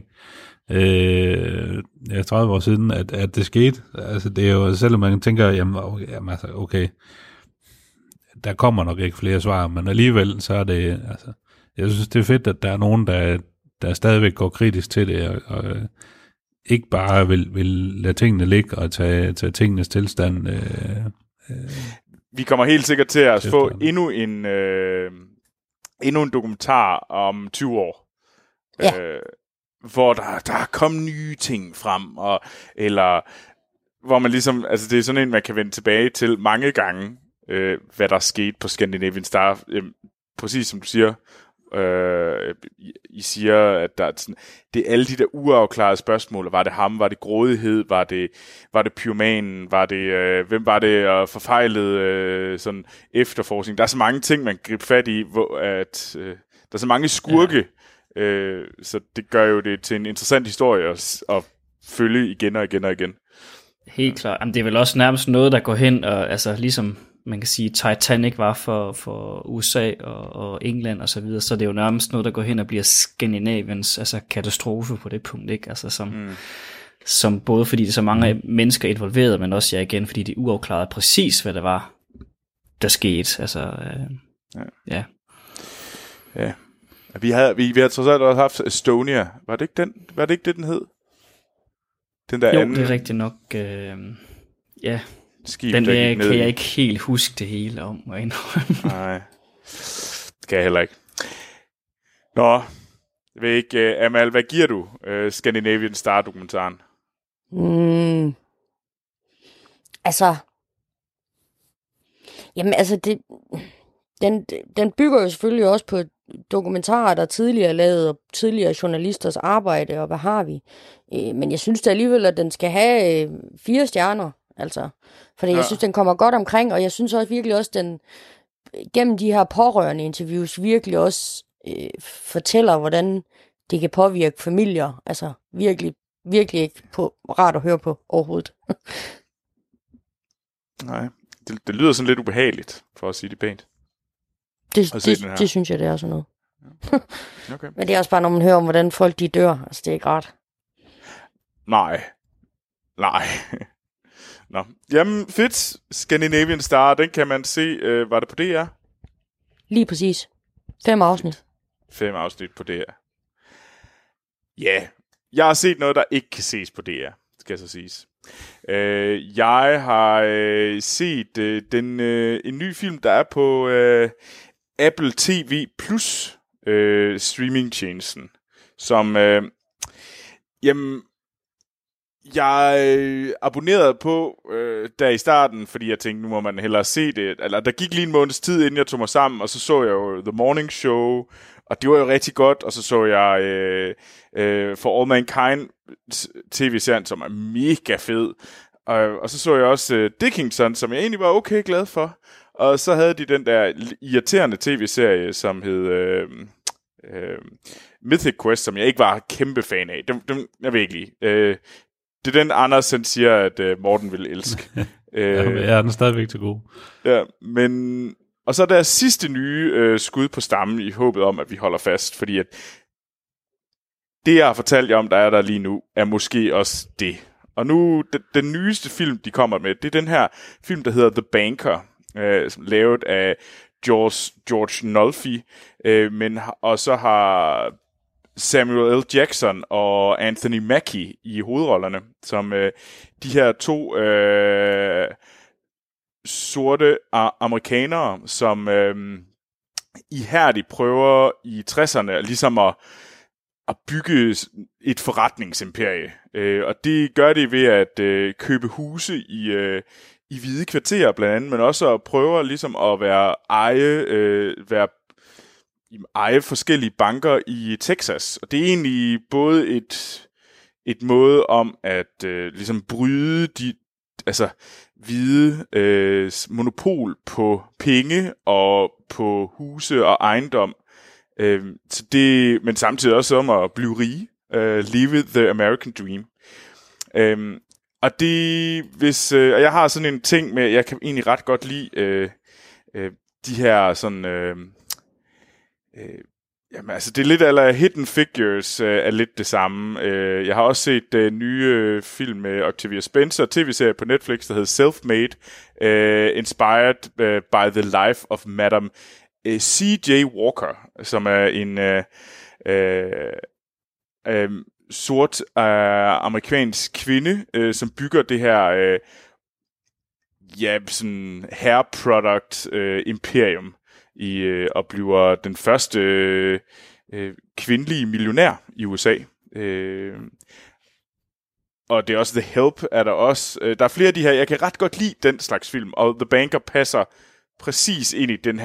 30 år siden, at det skete. Altså, det er jo, selvom man tænker, jamen okay, der kommer nok ikke flere svar, men alligevel, så er det, altså, jeg synes, det er fedt, at der er nogen, der stadigvæk går kritisk til det, og ikke bare vil lade tingene ligge, og tage tingenes tilstand. Vi kommer helt sikkert til at få endnu en dokumentar om 20 år. Ja. Hvor der er kommet nye ting frem, eller hvor man ligesom, altså det er sådan en, man kan vende tilbage til mange gange, hvad der skete på Scandinavian Star. Præcis som du siger, I siger, at der er sådan, det er alle de der uafklarede spørgsmål. Var det ham? Var det grådighed? Var det pyromanen? Var det, hvem var det, og forfejlet sådan efterforskning? Der er så mange ting, man griber fat i, der er så mange skurke, så det gør jo det til en interessant historie at følge igen og igen og igen. Helt klart. Jamen, det er vel også nærmest noget, der går hen, og altså ligesom man kan sige, Titanic var for USA og England og så videre, så det er jo nærmest noget, der går hen og bliver Skandinaviens altså katastrofe på det punkt, ikke? Altså som både fordi det er så mange mennesker involveret, men også igen, fordi det er uafklaret præcis, hvad det var, der skete. Altså, ja. Vi har trods alt også haft Estonia. Var det ikke det, den hed? Den der jo, anden... det er rigtigt nok. Ja. Skib, den kan jeg ikke helt huske det hele om. Nej, det kan jeg heller ikke. Nå, jeg ved ikke, Amal, hvad giver du Scandinavian Star-dokumentaren? Den bygger jo selvfølgelig også på dokumentarer, der tidligere er lavet, og tidligere journalisters arbejde, og hvad har vi. Men jeg synes da alligevel, at den skal have 4 stjerner, altså. Fordi jeg synes, den kommer godt omkring, og jeg synes også virkelig også, den gennem de her pårørende interviews virkelig også fortæller, hvordan det kan påvirke familier. Altså virkelig, virkelig ikke rart at høre på overhovedet. Nej, det lyder sådan lidt ubehageligt, for at sige det pænt. Det synes jeg, det er sådan noget. Okay. Men det er også bare, når man hører om, hvordan folk de dør. Altså, det er ikke rart. Nej. Nå. Jamen, fedt. Scandinavian Star, den kan man se. Var det på DR? Lige præcis. 5 afsnit. 5 afsnit på DR. Ja, jeg har set noget, der ikke kan ses på DR, skal så siges. Jeg har set en ny film, der er på Apple TV Plus streamingtjenesten, som jeg abonnerede på der i starten, fordi jeg tænkte, nu må man hellere se det. Eller der gik lige en måneds tid, inden jeg tog mig sammen, og så jeg jo The Morning Show, og det var jo rigtig godt, og så jeg For All Mankind tv-serien, som er mega fed. Og så jeg også Dickinson, som jeg egentlig var okay glad for. Og så havde de den der irriterende tv-serie, som hed Mythic Quest, som jeg ikke var kæmpe fan af. Dem jeg ved ikke lige. Det er den, Andersen siger, at Morten vil elske. Ja, den er stadigvæk til god. Ja, men... Og så er der sidste nye skud på stammen i håbet om, at vi holder fast, fordi at det, jeg har fortalt jer om, der er der lige nu, er måske også det. Og nu, den nyeste film, de kommer med, det er den her film, der hedder The Banker, som er lavet af George Nolfi, og så har Samuel L. Jackson og Anthony Mackie i hovedrollerne, som de her to sorte amerikanere, som ihærdigt prøver i 60'erne ligesom at bygge et forretningsimperie. Og det gør det ved at købe huse i hvide kvarterer blandt andet, men også at prøve ligesom at eje forskellige banker i Texas. Og det er egentlig både et måde om at ligesom bryde hvide monopol på penge og på huse og ejendom. Men samtidig også om at blive rige. Live the American Dream. Og det, og jeg har sådan en ting med, jeg kan egentlig ret godt lide de her sådan... Jamen, altså, det er lidt eller Hidden Figures er lidt det samme. Jeg har også set den nye film med Octavia Spencer, tv-serie på Netflix, der hedder Self-Made, Inspired by the Life of Madam C.J. Walker, som er en sort amerikansk kvinde, som bygger det her sådan hair product imperium og bliver den første kvindelige millionær i USA. Og det er også The Help, er der også. Der er flere af de her, jeg kan ret godt lide den slags film, og The Banker passer præcis ind i den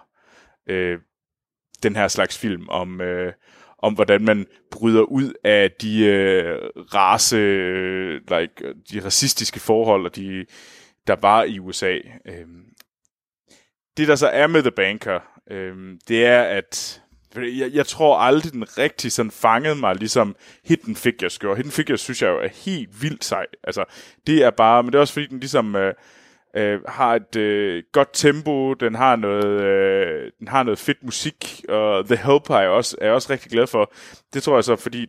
her slags film om hvordan man bryder ud af de de racistiske forhold, der var i USA. Det, der så er med The Banker, det er, at jeg tror aldrig, den rigtig sådan fangede mig, ligesom Hidden Figures gjorde. Hidden Figures synes jeg jo er helt vildt sej. Altså, det er bare, men det er også fordi, den ligesom har et godt tempo, den har noget fedt musik, og The Help er jeg også rigtig glad for. Det tror jeg så, fordi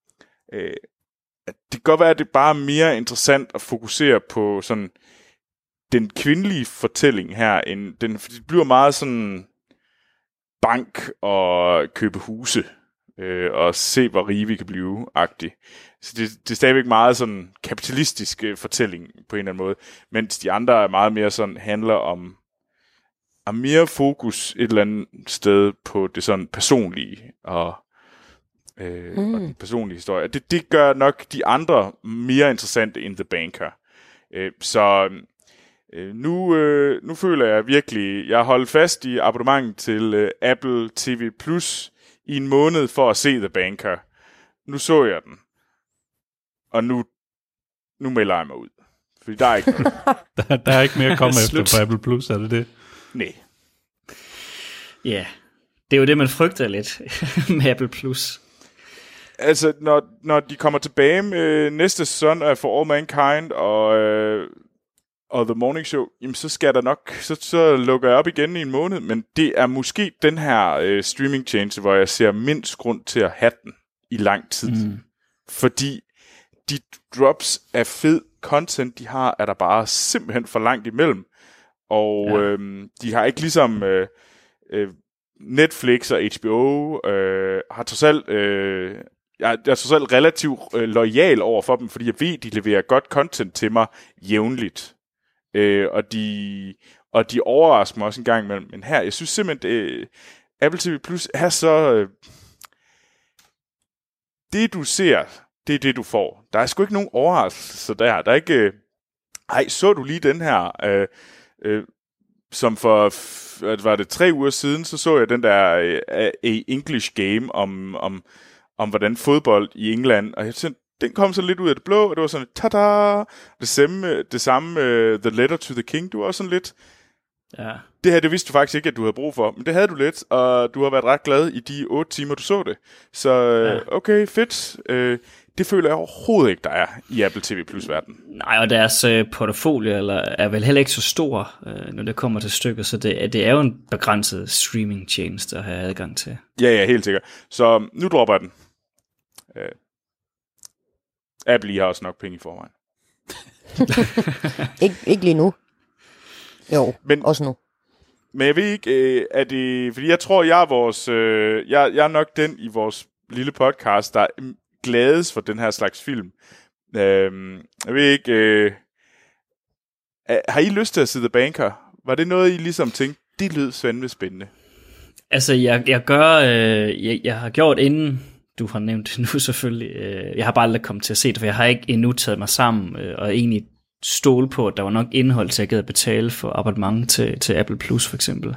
det kan godt være, at det er bare mere interessant at fokusere på sådan den kvindelige fortælling her, for det bliver meget sådan bank og købe huse, og se, hvor rige vi kan blive-agtigt. Så det er stadigvæk meget sådan kapitalistisk fortælling på en eller anden måde, mens de andre er meget mere sådan, handler om mere fokus et eller andet sted på det sådan personlige og den personlige historie. Det gør nok de andre mere interessante end The Banker. Så nu føler jeg virkelig, jeg har holdt fast i abonnementet til Apple TV Plus i en måned for at se The Banker. Nu så jeg den. Og nu melder jeg mig ud. Fordi der er ikke noget. der er ikke mere at komme efter på Apple Plus, er det det? Nej. Ja, det er jo det, man frygter lidt med Apple Plus. Altså, når de kommer tilbage med næste sæson af For All Mankind og The Morning Show, jamen så skal der nok, så lukker jeg op igen i en måned, men det er måske den her streaming-tjeneste, hvor jeg ser mindst grund til at have den i lang tid. Fordi de drops af fed content, de har, er der bare simpelthen for langt imellem. Og de har ikke ligesom Netflix og HBO har trods alt... Jeg er trods alt relativt loyal over for dem, fordi jeg ved, de leverer godt content til mig jævnligt. Og de overrasker mig også en gang imellem. Men her, jeg synes simpelthen, Apple TV Plus er så... det du ser, det er det du får. Der er sgu ikke nogen overraskelse der. Der er ikke... så du lige den her... som for... var det 3 uger siden, så jeg den der English Game om hvordan fodbold i England, og jeg synes, den kom så lidt ud af det blå, og det var sådan, tada! Det samme The Letter to the King, du var også sådan lidt, ja. Det her, det vidste du faktisk ikke, at du havde brug for, men det havde du lidt, og du har været ret glad i de 8 timer, du så det. Så okay, fedt. Det føler jeg overhovedet ikke, der er i Apple TV Plus-verden. Nej, og deres portfolio er vel heller ikke så stor, når det kommer til stykket, så det er jo en begrænset streaming-tjeneste at have adgang til. Ja, helt sikkert. Så nu dropper jeg den. Apple I har også nok penge i forvejen. ikke lige nu. Jo, men, også nu. Men jeg ved ikke, er det... Fordi jeg tror, jeg er vores... jeg er nok den i vores lille podcast, der glædes for den her slags film. Jeg ved ikke... har I lyst til at se The Banker? Var det noget, I ligesom tænkte, det lød fandme spændende? Altså, jeg har gjort inden... Du har nævnt det nu selvfølgelig. Jeg har bare aldrig kommet til at se det, for jeg har ikke endnu taget mig sammen og egentlig stole på, at der var nok indhold til at gade betale for abonnement til Apple Plus for eksempel.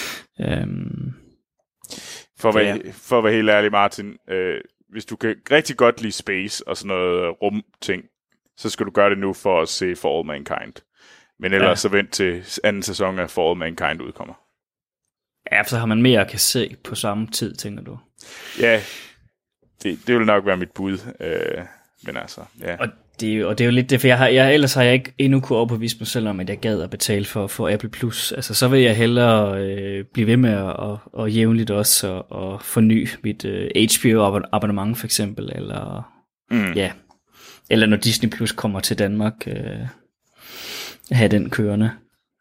For at være helt ærlig, Martin, hvis du kan rigtig godt lide space og sådan noget rumting, så skal du gøre det nu for at se For All Mankind. Men ellers så vent til anden sæson af For All Mankind udkommer. Ja, så har man mere kan se på samme tid, tænker du? Ja, det vil nok være mit bud, men altså, ja. Og det er jo lidt det, for ellers har jeg ikke endnu kunne overbevise mig selv om, at jeg gad at betale for Apple Plus. Altså, så vil jeg hellere blive ved med at jævnligt også og forny mit HBO-abonnement for eksempel, eller eller når Disney Plus kommer til Danmark, have den kørende.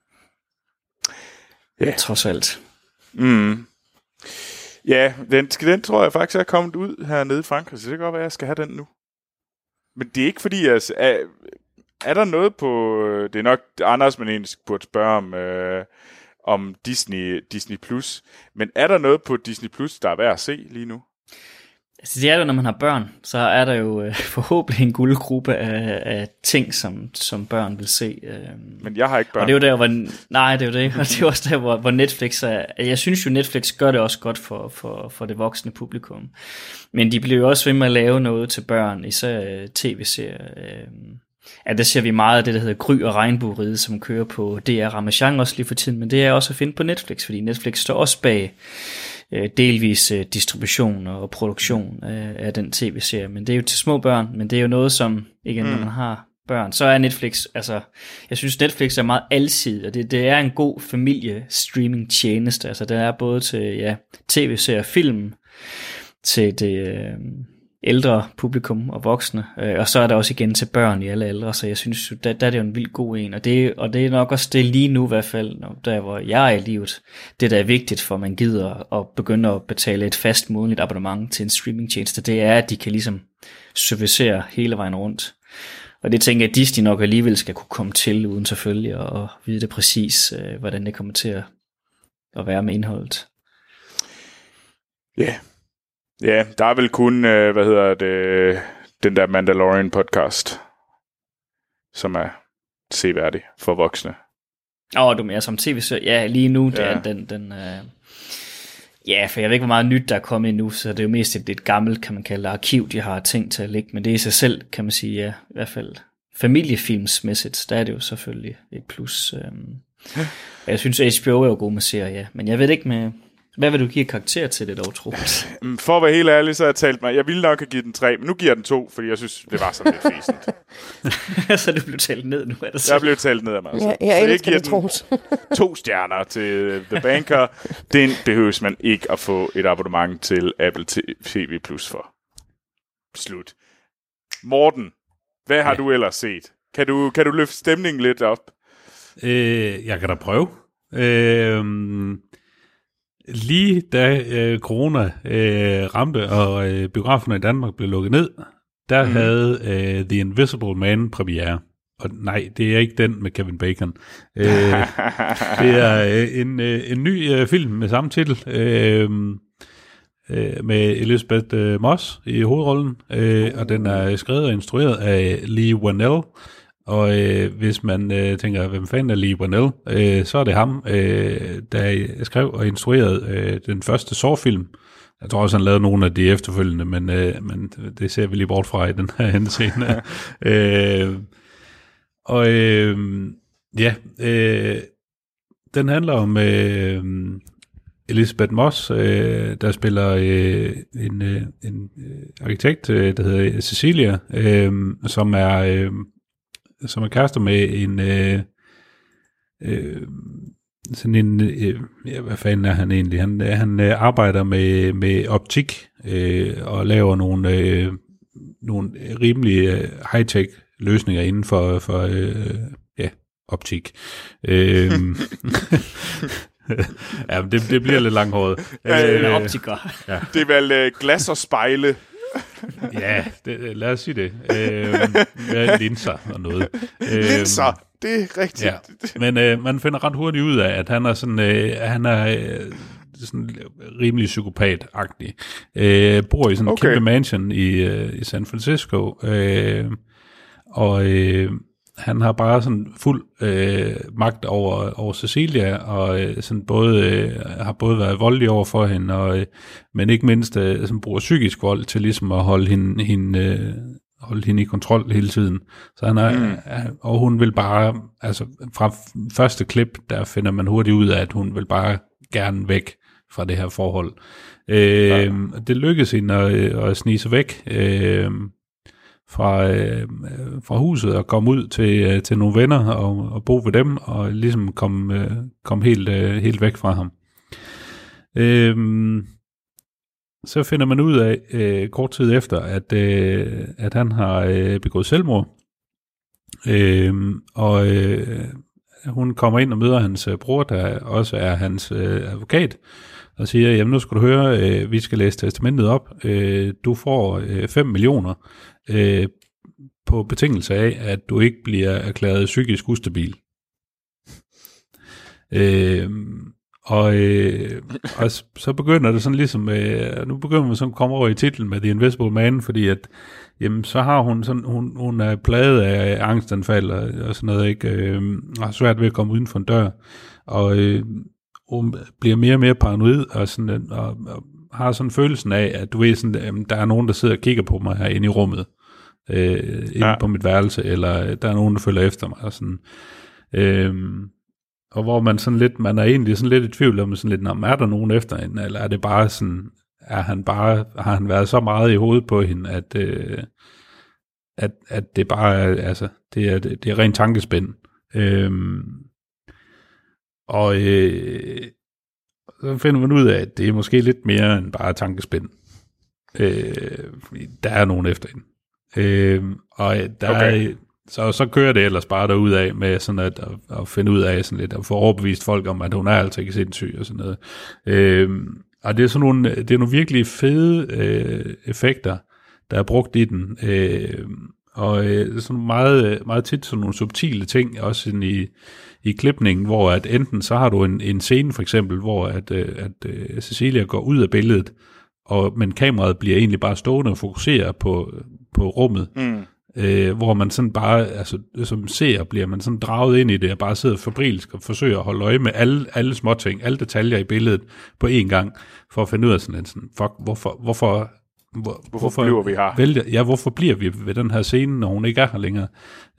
Ja. Trods alt. Ja, den tror jeg faktisk er kommet ud hernede i Frankrig, så det kan godt være, at jeg skal have den nu. Men det er ikke fordi, er der noget på... Det er nok Anders, man egentlig burde spørge om Disney Plus. Men er der noget på Disney Plus, der er værd at se lige nu? Altså det er jo, når man har børn, så er der jo forhåbentlig en guldgruppe af ting, som børn vil se. Men jeg har ikke børn. Og det er jo der, hvor... Nej, det er jo det. Og det er også der, hvor Netflix er... Jeg synes jo, Netflix gør det også godt for det voksne publikum. Men de bliver jo også ved med at lave noget til børn, især tv-serier. Ja, der ser vi meget af det, der hedder Gry og Regnbueriget, som kører på DR Ramachan også lige for tiden. Men det er også at finde på Netflix, fordi Netflix står også bag... delvis distribution og produktion af den tv-serie, men det er jo til små børn, men det er jo noget som, igen, når man har børn, så er Netflix, altså, jeg synes Netflix er meget alsidig, og det er en god familie-streaming-tjeneste, altså det er både til, tv-serier, film, til det ældre publikum og voksne, og så er der også igen til børn i alle aldre, så jeg synes, der er det jo en vild god en, og det er nok også det lige nu i hvert fald, der hvor jeg er i livet, det der er vigtigt for, at man gider at begynde at betale et fast månedligt abonnement til en streamingtjeneste, det er, at de kan ligesom servicere hele vejen rundt, og det tænker jeg, at Disney nok alligevel skal kunne komme til, uden selvfølgelig at vide det præcis, hvordan det kommer til at være med indholdet. Ja. Yeah. Ja, der er vel kun, den der Mandalorian podcast, som er seværdig for voksne. Du mener som tv-serie? Ja, lige nu, det er den ja, for jeg ved ikke, hvor meget nyt der er kommet endnu, så det er jo mest et gammelt, kan man kalde det, arkiv, de har tænkt til at ligge, men det er i sig selv, kan man sige, ja, i hvert fald familiefilmsmæssigt, der er det jo selvfølgelig et plus. Jeg synes, HBO er jo god med serier, ja, men jeg ved ikke med... Hvad vil du give karakter til det dog, Troels? For at være helt ærlig, så har jeg talt mig. Jeg ville nok have givet den 3, men nu giver jeg den 2, fordi jeg synes, det var sådan lidt fæsent. Så du blev talt ned nu, er det så? Jeg blev talt ned af mig. Ja, jeg elsker det, Troels. 2 stjerner til The Banker. Den behøves man ikke at få et abonnement til Apple TV Plus for. Slut. Morten, hvad har du ellers set? Kan du løfte stemningen lidt op? Jeg kan da prøve. lige da corona ramte, og biograferne i Danmark blev lukket ned, der havde The Invisible Man premiere. Og nej, det er ikke den med Kevin Bacon. Det er en ny film med samme titel, med Elizabeth Moss i hovedrollen, og den er skrevet og instrueret af Leigh Whannell. Og hvis man tænker, hvem fanden er Leigh Whannell, så er det ham, der skrev og instruerede den første Saw-film. Jeg tror også, han lavede nogle af de efterfølgende, men det ser vi lige bort fra i den her henseende. Den handler om Elizabeth Moss, der spiller en arkitekt, der hedder Cecilia, som er kærester med en sådan en hvad fanden er han egentlig? Han arbejder med optik og laver nogle rimelig high-tech løsninger inden for optik. Ja, det bliver lidt langhåret. Optiker. Ja. Det er vel glas og spejle. Ja, lad os sige det. Linser og noget. Linser, det er rigtigt. Ja. Men man finder ret hurtigt ud af, at han er sådan, sådan rimelig psykopat-agtig. Bor i sådan en kæmpe mansion i San Francisco. Og han har bare sådan fuld magt over Cecilia, og sådan har både været voldelig over for hende, men ikke mindst sådan bruger psykisk vold til ligesom at holde hende i kontrol hele tiden. Så han og hun vil bare, altså fra første klip, der finder man hurtigt ud af, at hun vil bare gerne væk fra det her forhold. Det lykkedes hende at snige sig væk fra huset og komme ud til nogle venner og bo ved dem og ligesom komme helt væk fra ham. Så finder man ud af kort tid efter, at han har begået selvmord. Hun kommer ind og møder hans bror, der også er hans advokat, og siger, jamen nu skal du høre, vi skal læse testamentet op. Du får 5 millioner på betingelse af, at du ikke bliver erklæret psykisk ustabil. Og så begynder det sådan ligesom, nu begynder man sådan at komme over i titlen med The Invisible Man, fordi at, jamen, så har hun sådan, hun er plaget af angstanfald og sådan noget, ikke, har svært ved at komme uden for en dør, og hun bliver mere og mere paranoid, og sådan, og har sådan følelsen af, at du ved sådan, der er nogen, der sidder og kigger på mig herinde i rummet, inde på mit værelse, eller der er nogen, der følger efter mig, og sådan, og hvor man sådan lidt, man er egentlig sådan lidt i tvivl om sådan lidt, er der nogen efter hende, eller er det bare sådan, har han været så meget i hovedet på hende, at det bare er, altså, det er rent tankespind. Så finder man ud af, at det er måske lidt mere end bare tankespind. Der er nogen efter hende. Så kører det ellers bare derudad med sådan at finde ud af sådan lidt, at få overbevist folk om, at hun er altså ikke sindssyg og sådan noget. Og det er sådan nogle virkelig fede effekter, der er brugt i den. Sådan meget, meget tit sådan nogle subtile ting, også sådan i klipningen, hvor at enten så har du en scene for eksempel, hvor at Cecilia går ud af billedet, men kameraet bliver egentlig bare stående og fokuserer på rummet. Hvor man sådan bare, altså som seer, bliver man sådan draget ind i det, og bare sidder febrilsk og forsøger at holde øje med alle småting, alle detaljer i billedet på én gang, for at finde ud af sådan, fuck, hvorfor bliver vi her? Hvorfor bliver vi ved den her scene, når hun ikke er her længere?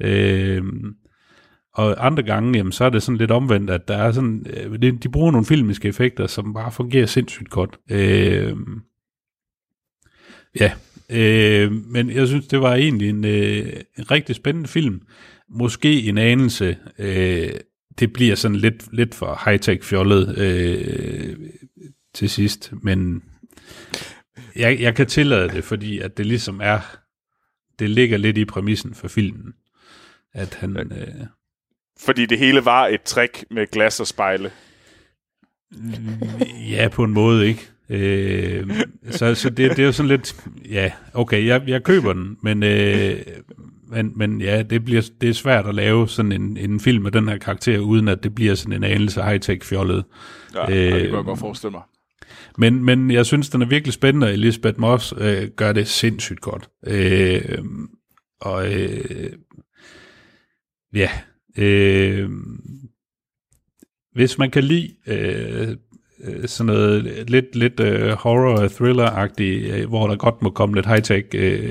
Og andre gange, jamen, så er det sådan lidt omvendt, at der er sådan, de bruger nogle filmiske effekter, som bare fungerer sindssygt godt. Men jeg synes, det var egentlig en rigtig spændende film. Måske en anelse, det bliver sådan lidt for high-tech fjollet til sidst, men jeg kan tillade det, fordi at det ligesom det ligger lidt i præmissen for filmen, at han... fordi det hele var et trick med glas og spejle. Ja, på en måde, ikke? Så det er jo sådan lidt, ja, okay, jeg køber den, men ja, det er svært at lave sådan en film med den her karakter, uden at det bliver sådan en anelse high-tech fjollet. Ja, det kan jeg godt forestille mig. Men jeg synes, den er virkelig spændende, og Elisabeth Moss gør det sindssygt godt. Hvis man kan lide sådan noget lidt horror-thriller-agtigt, hvor der godt må komme lidt high-tech,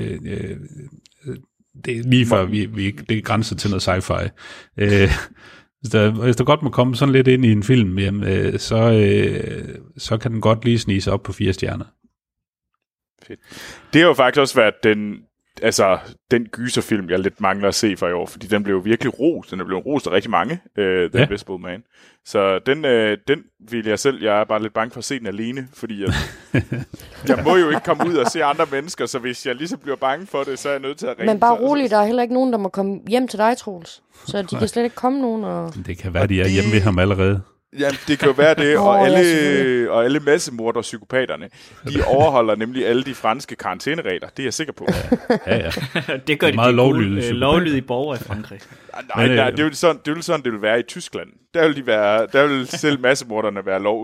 det er lige før det er grænser til noget sci-fi. Hvis der godt må komme sådan lidt ind i en film, jamen, så kan den godt lige snige sig op på 4 stjerner. Fedt. Det har jo faktisk også været den gyserfilm, jeg lidt mangler at se for i år, fordi den blev jo virkelig rost. Den er blevet rost af rigtig mange, The Invisible Man. Så den vil jeg selv, jeg er bare lidt bange for at se den alene, fordi jeg må jo ikke komme ud og se andre mennesker, så hvis jeg ligesom bliver bange for det, så er jeg nødt til at ringe. Men bare roligt, der er heller ikke nogen, der må komme hjem til dig, Troels. Så de kan slet ikke komme nogen. Og... Det kan være, de er hjemme ved ham allerede. Jamen, det kan jo være det, og alle massemorder og psykopaterne, de overholder nemlig alle de franske karantæneregler, det er jeg sikker på. Ja. Det gør de lovlydige borgere i Frankrig. Nej, det er jo sådan, det vil være i Tyskland. Der vil selv massemorderne være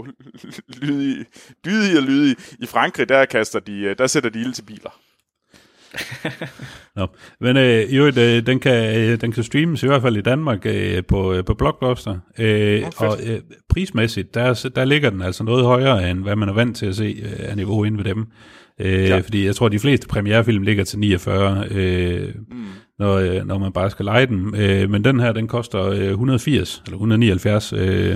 lydige. I Frankrig, der sætter de ild til biler. Nå. Men den kan streames i hvert fald i Danmark på Blockbuster, og prismæssigt der ligger den altså noget højere end hvad man er vant til at se af niveau inde ved dem, fordi jeg tror de fleste premierefilm ligger til 49, når man bare skal leje den, men den her den koster 180 eller 179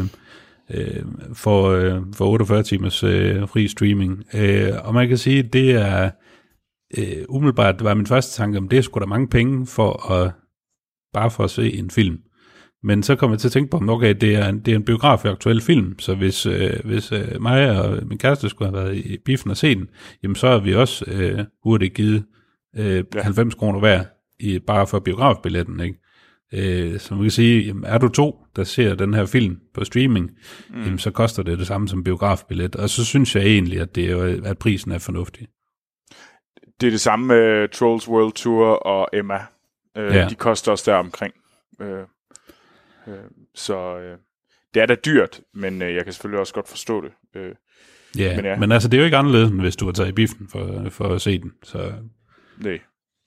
for 48 timers fri streaming, og man kan sige det er umiddelbart var min første tanke, om det er sgu da mange penge for at se en film. Men så kom jeg til at tænke på, okay, det er en biograf aktuel film, så hvis mig og min kæreste skulle have været i biffen og se den, jamen så har vi også hurtigt givet 90 kroner hver bare for biografbilletten, ikke? Så man kan sige, jamen, er du 2, der ser den her film på streaming, jamen, så koster det samme som biografbillet, og så synes jeg egentlig, at prisen er fornuftig. Det er det samme med Trolls World Tour og Emma. De koster også der omkring. Så det er da dyrt, men jeg kan selvfølgelig også godt forstå det. Men altså det er jo ikke anderledes, end hvis du har taget i biffen for at se den. Så. Nej.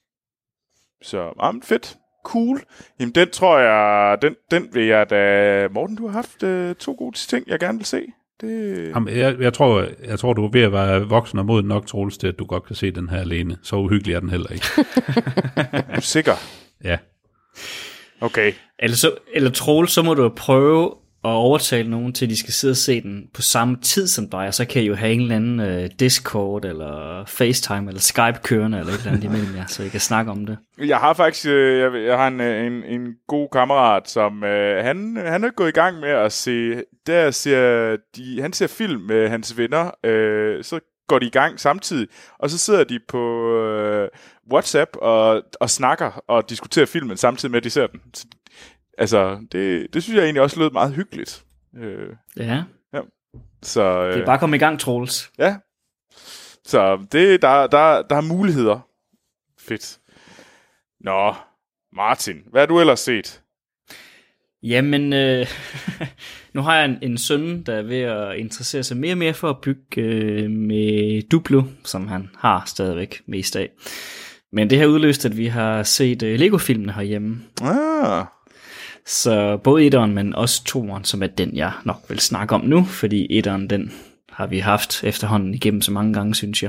Så fedt. Cool. Jamen den tror jeg, den vil jeg da... Morten, du har haft 2 gode ting, jeg gerne vil se. Jamen, jeg tror, du er ved at være voksen og moden nok, Troels, til at du godt kan se den her alene. Så uhyggelig er den heller ikke. Er du sikker? Ja. Okay. Eller Troels, så må du prøve at overtale nogen til, at de skal sidde og se den på samme tid som dig, og så kan I jo have en eller anden Discord, eller FaceTime, eller Skype kørende, eller et eller andet imellem jer, så I kan snakke om det. Jeg har faktisk jeg har en god kammerat, som han er gået i gang med at se, han ser film med hans venner, så går de i gang samtidig, og så sidder de på WhatsApp og snakker og diskuterer filmen samtidig med, at de ser den. Altså, det synes jeg egentlig også lød meget hyggeligt. Ja. Så, det er bare at komme i gang, Troels. Ja. Så der er muligheder. Fedt. Nå, Martin, hvad har du ellers set? Jamen, nu har jeg en søn, der er ved at interessere sig mere og mere for at bygge med Duplo, som han har stadigvæk mest af. Men det har udløst, at vi har set Lego-filmene herhjemme. Så både 1'eren, men også 2'eren, som er den, jeg nok vil snakke om nu, fordi 1'eren, den har vi haft efterhånden igennem så mange gange, synes jeg.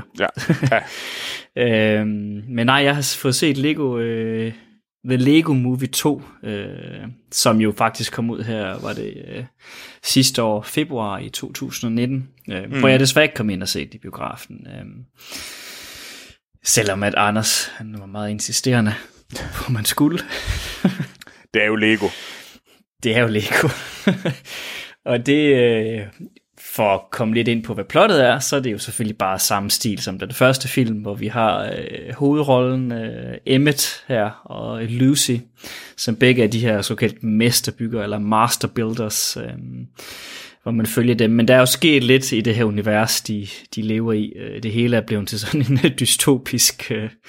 Ja. Men nej, jeg har fået set The Lego Movie 2, som jo faktisk kom ud her, var det sidste år, februar i 2019, hvor jeg desværre ikke kom ind og set i biografen. Selvom at Anders, han var meget insisterende på, man skulle. Det er jo Lego. Det er jo Lego. Og det, for at komme lidt ind på, hvad plottet er, så er det jo selvfølgelig bare samme stil som den første film, hvor vi har hovedrollen Emmett her og Lucy, som begge er de her såkaldt mesterbyggere eller master builders, hvor man følger dem. Men der er jo sket lidt i det her univers, de lever i. Det hele er blevet til sådan en dystopisk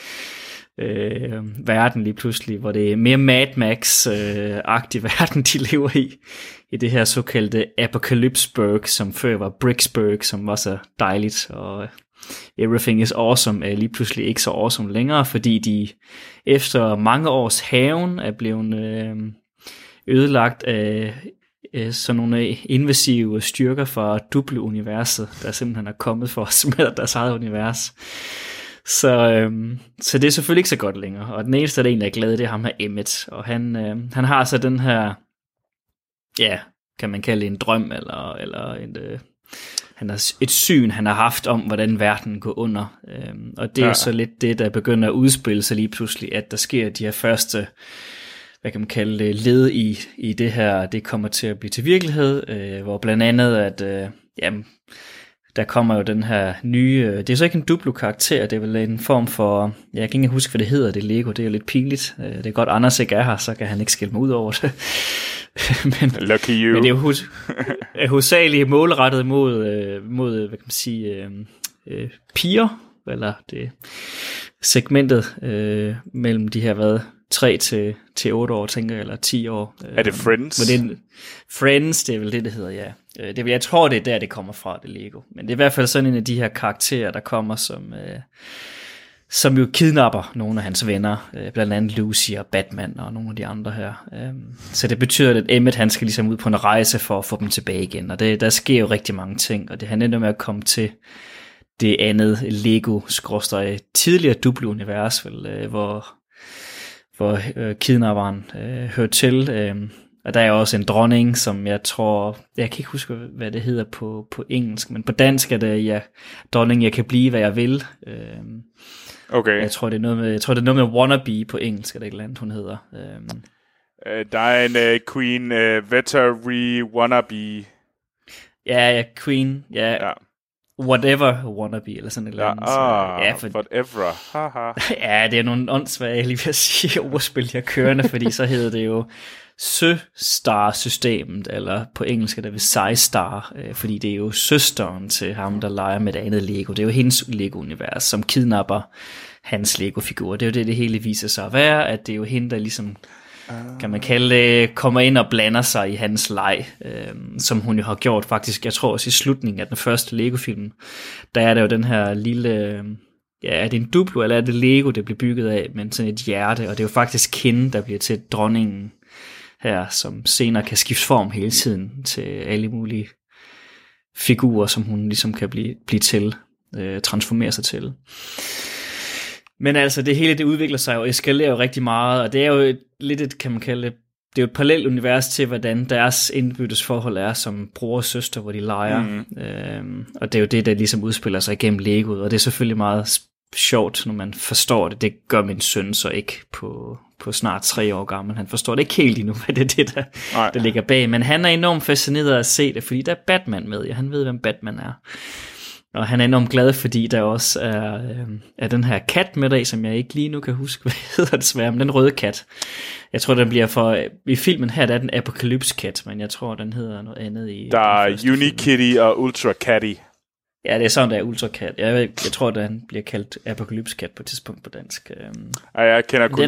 verden lige pludselig, hvor det er mere Mad Max-agtig verden, de lever i det her såkaldte Apocalypseburg, som før var Bricksburg, som var så dejligt, og Everything is Awesome er lige pludselig ikke så awesome længere, fordi de efter mange års haven er blevet ødelagt af sådan nogle invasive styrker fra Duplo-universet, der simpelthen er kommet for at smadre deres eget univers. Så det er selvfølgelig ikke så godt længere, og den eneste, der egentlig er glad, det er ham her Emmett, og han har så den her, ja, kan man kalde det en drøm, eller han har et syn, han har haft om, hvordan verden går under, og det er jo så lidt det, der begynder at udspille sig lige pludselig, at der sker de her første, hvad kan man kalde det, led i det her, det kommer til at blive til virkelighed, hvor blandt andet, at der kommer jo den her nye, det er så ikke en Duplo-karakter, det er vel en form for, jeg kan ikke huske, hvad det hedder, det Lego, det er jo lidt pinligt. Det er godt, Anders ikke er her, så kan han ikke skælde mig ud over det. Lucky you. Men det er jo hovedsageligt målrettet mod, hvad kan man sige, piger, eller det segmentet mellem de her, 3 til 8 år, tænker jeg, eller 10 år. Er det Friends? Friends, det er vel det hedder, ja. Jeg tror, det er der, det kommer fra, det Lego. Men det er i hvert fald sådan en af de her karakterer, der kommer, som jo kidnapper nogle af hans venner, blandt andet Lucy og Batman og nogle af de andre her. Så det betyder, at Emmett, han skal ligesom ud på en rejse for at få dem tilbage igen. Og der sker jo rigtig mange ting, og det han ender med at komme til det andet Lego-tidligere Duplo-univers, hvor kidnapperen hører til. Og der er også en dronning, som jeg tror, jeg kan ikke huske, hvad det hedder på engelsk, men på dansk er det, dronning, jeg kan blive, hvad jeg vil. Okay. Jeg tror, det er noget med wannabe på engelsk, eller et eller andet, hun hedder. Der er en Queen Vettery wannabe. Ja, Queen, ja. Whatever wannabe, eller sådan et eller andet. Whatever. Haha. Ja, det er nogle åndssvage, lige ved at sige, ordspil, jeg kørende, fordi så hedder det jo Søstar-systemet, eller på engelsk er det ved Psystar, fordi det er jo søsteren til ham, der leger med det andet Lego. Det er jo hendes Lego-univers, som kidnapper hans Lego-figur. Det er jo det hele viser sig at være, at det er jo hende, der ligesom, kan man kalde det, kommer ind og blander sig i hans leg, som hun jo har gjort faktisk, jeg tror også i slutningen af den første Lego-film, der er der jo den her lille, er det en Duplo, eller er det Lego, det bliver bygget af, men sådan et hjerte, og det er jo faktisk hende, der bliver til dronningen her, som senere kan skifte form hele tiden til alle mulige figurer, som hun ligesom kan blive til, transformere sig til. Men altså, det hele det udvikler sig og eskalerer jo rigtig meget, og det er jo lidt et, kan man kalde det, det er jo et parallelt univers til, hvordan deres indbyrdes forhold er som bror og søster, hvor de leger. Og det er jo det, der ligesom udspiller sig igennem Legoet, og det er selvfølgelig meget sjovt, når man forstår det. Det gør min søn så ikke på snart 3 år gammel. Han forstår det ikke helt endnu, hvad det er det, der ligger bag. Men han er enormt fascineret af at se det, fordi der er Batman med. Ja, han ved, hvem Batman er. Og han er enormt glad, fordi der også er den her kat med dig, som jeg ikke lige nu kan huske, hvad hedder desværre, men den røde kat. Jeg tror, den bliver i filmen her, der er den Apocalypse-kat, men jeg tror, den hedder noget andet i... Der er Unikitty og Ultra Catty. Ja, det er sådan, der er Ultra Cat. Jeg tror, at han bliver kaldt Apocalypse Cat på et tidspunkt på dansk. Jeg kender kun den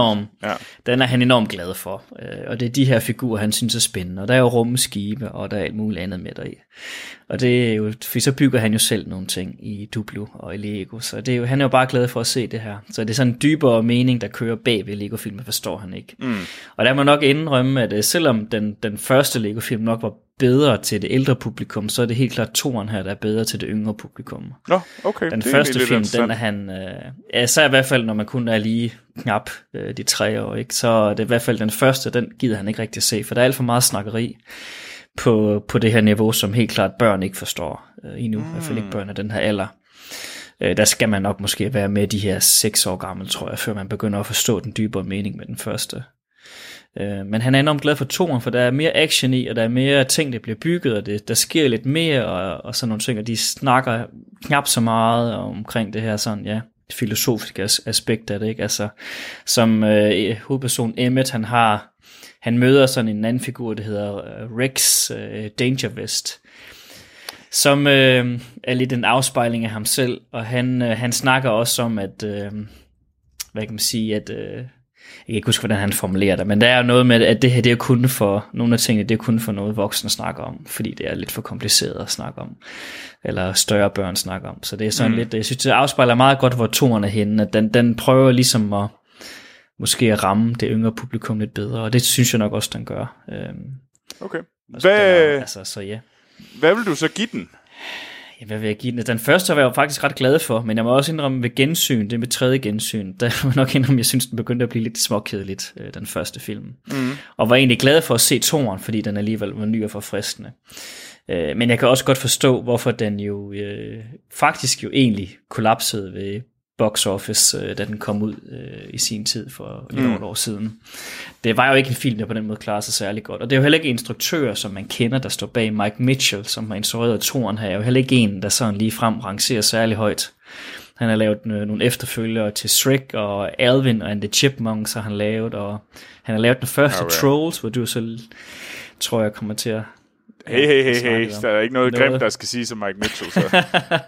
er han enormt glad for. Og det er de her figurer, han synes er spændende. Og der er jo rumskibe, og der er alt muligt andet med deri. Og det er jo, for så bygger han jo selv nogle ting i Duplo og i Lego. Så det er jo, han er jo bare glad for at se det her. Så det er sådan en dybere mening, der kører bag ved Lego-filmen, forstår han ikke. Og der må nok indrømme, at selvom den første Lego-film nok var bedre til det ældre publikum, så er det helt klart toren her, der er bedre til det yngre publikum. Okay. Den første film, den er han... så i hvert fald, når man kun er lige knap de 3 år, ikke, så er det i hvert fald den første, den gider han ikke rigtig se, for der er alt for meget snakkeri på det her niveau, som helt klart børn ikke forstår endnu. I hvert fald ikke børn af den her alder. Der skal man nok måske være med de her 6 år gammel, tror jeg, før man begynder at forstå den dybere mening med den første. Men han er enormt glad for toren, for der er mere action i, og der er mere ting, der bliver bygget, og der sker lidt mere, og sådan nogle ting, og de snakker knap så meget omkring det her sådan, ja, filosofiske aspekt af det, ikke? Altså, som hovedperson Emmett, han har han møder sådan en anden figur, der hedder Rex Dangervest, som er lidt en afspejling af ham selv, og han snakker også om, at, hvad kan man sige, at, jeg kan ikke huske, hvordan han formulerer det, men der er noget med, at det her, det er kun for, nogle af tingene, det er kun for noget voksne snakker om, fordi det er lidt for kompliceret at snakke om, eller større børn snakker om, så det er sådan lidt, jeg synes, det afspejler meget godt, hvor toren er henne, at den prøver ligesom at, måske at ramme det yngre publikum lidt bedre, og det synes jeg nok også, den gør. Okay. Så ja. Hvad vil du så give den? Ja, hvad vil jeg give den? Den første var jeg faktisk ret glad for, men jeg må også indrømme ved gensyn, det med tredje gensyn, der må nok indrømme, jeg synes, den begyndte at blive lidt småkedeligt, den første film. Og var egentlig glad for at se toren, fordi den alligevel var ny og forfriskende. Men jeg kan også godt forstå, hvorfor den jo faktisk jo egentlig kollapsede ved box office, da den kom ud i sin tid for lidt over et år siden. Det var jo ikke en film, der på den måde klarede sig særlig godt. Og det er jo heller ikke instruktører, som man kender, der står bag. Mike Mitchell, som har instrueret toren her, er jo heller ikke en, der sådan lige frem rangerer særlig højt. Han har lavet nogle efterfølgere til Shrek, og Alvin and the Chipmunks har han lavet, og han har lavet den første Trolls, hvor du så tror jeg kommer til at... Hey, der er ikke noget grimt, der skal sige som Mike Mitchell, så...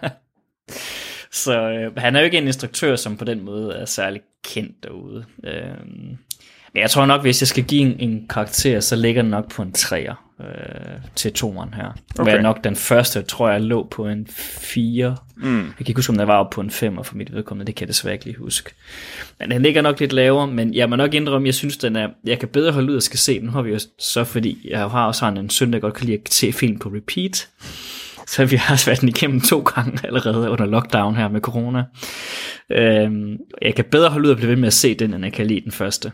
Så han er jo ikke en instruktør, som på den måde er særlig kendt derude. Men jeg tror nok, hvis jeg skal give en karakter, så ligger den nok på en 3'er til toeren her. Okay. Hvor nok den første, tror jeg, lå på en 4. Jeg kan ikke huske, om den var oppe på en 5'er for mit vedkommende. Det kan jeg desværre ikke lige huske. Men den ligger nok lidt lavere, men jeg må nok indrømme, jeg synes, jeg kan bedre holde ud og skal se den. Nu har vi jo så, fordi jeg har også en søn, der godt kan lide at se film på repeat. Så vi har været den igennem 2 gange allerede under lockdown her med corona. Jeg kan bedre holde ud og blive ved med at se den, end jeg kan lide den første.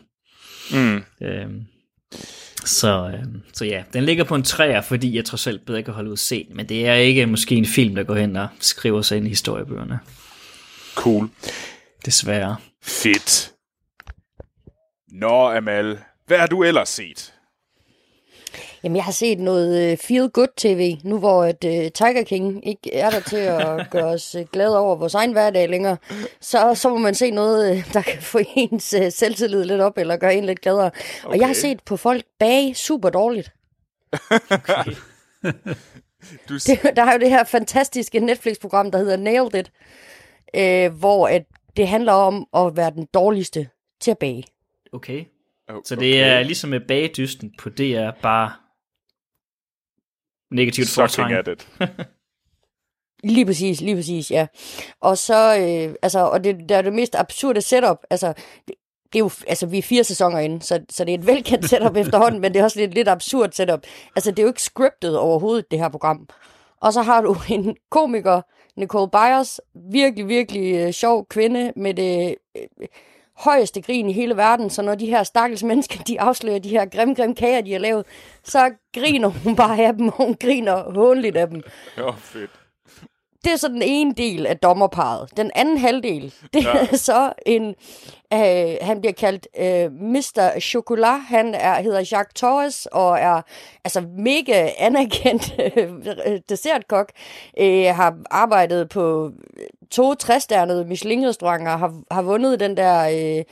Så ja, den ligger på en 3'er, fordi jeg trods alt bedre kan holde ud at se den. Men det er ikke måske en film, der går hen og skriver sig ind i historiebøgerne. Cool. Desværre. Fedt. Nå, Amal, hvad har du ellers set? Jamen, jeg har set noget feel-good-tv, nu hvor Tiger King ikke er der til at gøre os glade over vores egen hverdag længere. Så må man se noget, der kan få ens selvtillid lidt op, eller gøre en lidt gladere. Okay. Og jeg har set på folk bage super dårligt. Okay. Der er jo det her fantastiske Netflix-program, der hedder Nailed It, hvor det handler om at være den dårligste til at bage. Okay. Så det er ligesom med bagedysten på DR, bare negativt fortegn. Lige præcis, ja. Og så, og det er det mest absurde setup, det er jo, vi er 4 sæsoner inde, så det er et velkendt setup efterhånden, men det er også lidt absurd setup. Altså, det er jo ikke scriptet overhovedet, det her program. Og så har du en komiker, Nicole Byers, virkelig, virkelig sjov kvinde med det højeste grin i hele verden, så når de her stakkels mennesker, de afslører de her grimme kager, de har lavet, så griner hun bare af dem, og hun griner hånligt af dem. Ja, fedt. Det er så den ene del af dommerparet. Den anden halvdel, det er så han bliver kaldt Mr. Chocolat. Han hedder Jacques Torres og er mega anerkendt dessertkok. Har arbejdet på 2 3-stjernede Michelin-restauranter, har vundet den der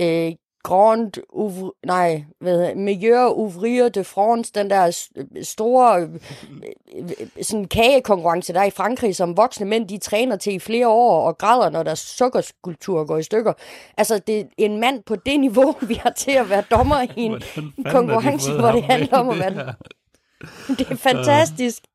Meilleur Ouvrier de France, den der store sådan kagekonkurrence, der er i Frankrig, som voksne mænd, de træner til i flere år og græder, når deres sukkerskulptur går i stykker. Altså, det er en mand på det niveau, vi har til at være dommer i en konkurrence, hvor det handler om at være... Det er fantastisk.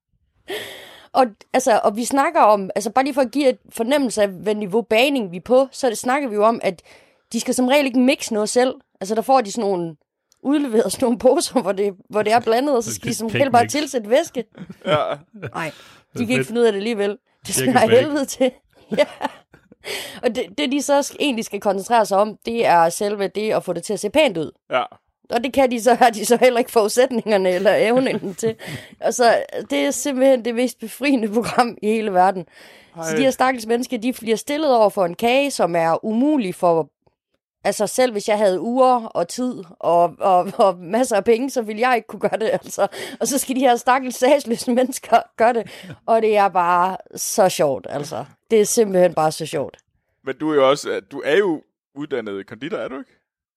Og vi snakker om, bare lige for at give et fornemmelse af, hvad niveau bagning vi er på, så snakker vi jo om, at de skal som regel ikke mixe noget selv. Altså, der får de sådan nogle udleveret sådan nogle poser, hvor det er blandet, og så skal de som regel bare tilsætte væske. Ja. Nej, de kan ikke finde ud af det alligevel. Det skal jeg helvede til. Ja. Og det, de så egentlig skal koncentrere sig om, det er selve det at få det til at se pænt ud. Ja. Og det kan har de så heller ikke forudsætningerne eller evnen til. Og så det er simpelthen det mest befriende program i hele verden. Så de her stakkels mennesker, de bliver stillet over for en kage, som er umulig for... Altså selv hvis jeg havde uger og tid og masser af penge, så ville jeg ikke kunne gøre det. Altså. Og så skal de her stakkels sagsløse mennesker gøre det. Og det er bare så sjovt. Altså. Det er simpelthen bare så sjovt. Men du er jo uddannet konditor, er du ikke?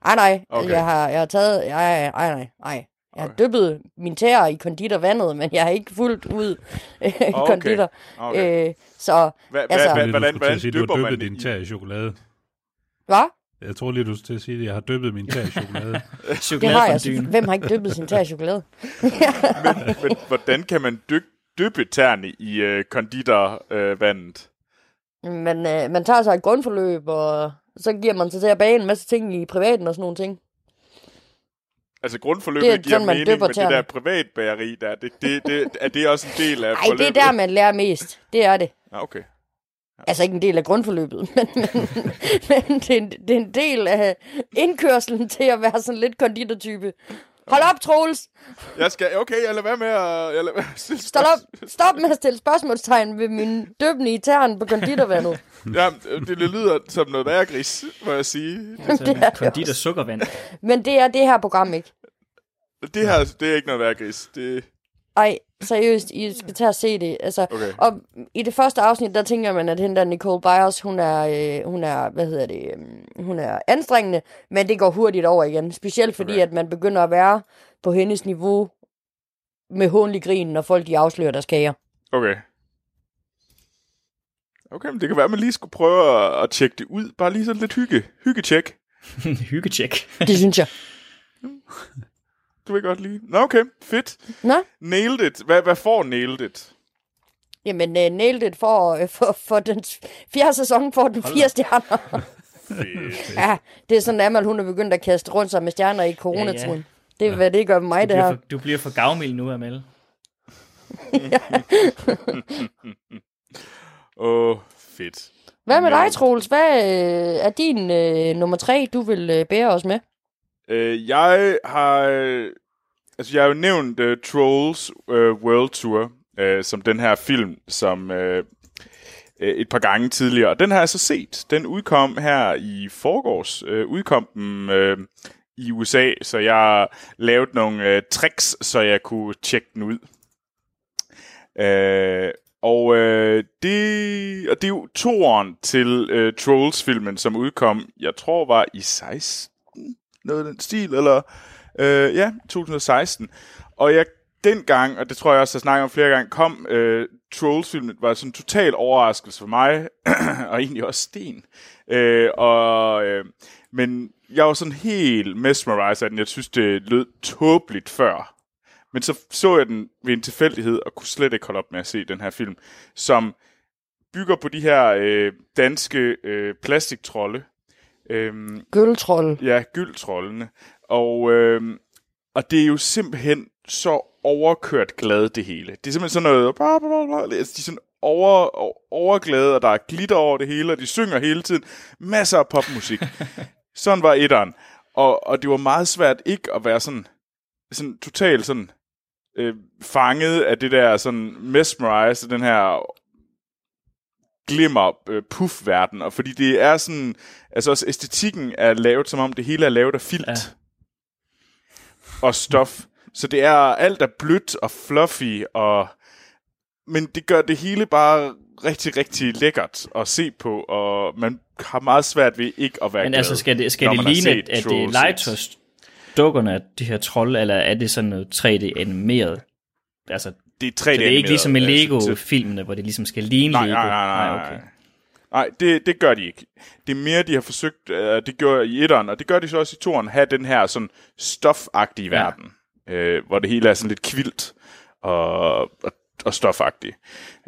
Nej. Okay. Jeg har taget... Nej. Jeg har dyppet min tæer i konditorvandet, men jeg har ikke fuldt ud konditor. Okay. Så... Hvordan dypper man din tæer i chokolade? Hvad? Jeg tror lige, du skal sige, at jeg har dyppet min tæer i chokolade. Det har jeg. Hvem har ikke dyppet sin tæer i chokolade? men hvordan kan man dyppe tæerne i konditorvandet? Man tager sig et grundforløb, og så giver man sig til at bage en masse ting i privaten og sådan nogle ting. Altså grundforløbet giver sådan, mening, men det der privatbageri der, er det også en del af forløbet? Nej, det er der, man lærer mest. Det er det. Ja, okay. Ja. Altså ikke en del af grundforløbet, men det er en del af indkørslen til at være sådan lidt konditortype. Hold op, Troels! Jeg lader være med at stille Stop med at stille spørgsmålstegn ved min døbne i tæren på konditorvandet. Ja, det lyder som noget værgris, må jeg sige. Altså konditor sukkervand. Men det er det her program ikke. Det er ikke noget værgris. Ej, seriøst, I skal tage at se det. Altså, okay. Og i det første afsnit, der tænker man, at hende der Nicole Byers, hun er anstrengende, men det går hurtigt over igen. Specielt fordi, at man begynder at være på hendes niveau med hånlig grin, når folk de afslører deres kager. Okay. Okay, men det kan være, at man lige skulle prøve at tjekke det ud. Bare lige sådan lidt hyggetjek. Hyggetjek. Det synes jeg. Du vil godt lide. Nå, okay. Fedt. Nå? Nailed it. Hvad får Nailed it? Jamen, Nailed it for den 4. sæson får den 4 stjerner. Ja, det er sådan, Amal, hun er begyndt at kaste rundt sig med stjerner i coronatiden. Ja. Det er, hvad det gør med mig, det her. Du bliver for gavmild nu, Amal. Fedt. Hvad med dig, Troels? Hvad er din nummer 3, du vil bære os med? Jeg har jo nævnt Trolls World Tour som den her film, som et par gange tidligere. Og den har jeg så set. Den udkom her i forgårs. Udkom den i USA, så jeg lavede nogle tricks, så jeg kunne tjekke den ud. Det er jo toeren til Trolls-filmen, som udkom, jeg tror var i 16, noget af den stil, eller 2016. Og jeg dengang, og det tror jeg også, jeg snakker om flere gange, kom Trolls-filmen, var sådan en total overraskelse for mig, og egentlig også Sten. Men jeg var sådan helt mesmerized af den. Jeg synes, det lød tåbeligt før. Men så jeg den ved en tilfældighed, og kunne slet ikke holde op med at se den her film, som bygger på de her danske plastiktrolde. Gyldtrolde. Ja, gyldtrollene. Og det er jo simpelthen så overkørt glad, det hele. Det er simpelthen sådan noget... De er sådan overglade, og der er glitter over det hele, og de synger hele tiden. Masser af popmusik. Sådan var etteren. Og det var meget svært ikke at være sådan totalt sådan fanget af det der sådan mesmerized, den her glimmer puff-verden, og fordi det er sådan, altså også æstetikken er lavet, som om det hele er lavet af filt og stof, så det er alt er blødt og fluffy, men det gør det hele bare rigtig, rigtig lækkert at se på, og man har meget svært ved ikke at være glad. Men altså, skal det ligne, at det er legetøjsdukkerne af de her trolde, eller er det sådan noget 3D-animeret? Altså, det er 3D-animeret. Det er ikke ligesom med Lego-filmene, hvor det ligesom skal ligne Lego? Nej, okay. Nej, det gør de ikke. Det er mere, de har forsøgt, det gjorde i etteren, og det gør de så også i toeren, have den her sådan stofagtige verden, hvor det hele er sådan lidt kvilt og stofagtigt.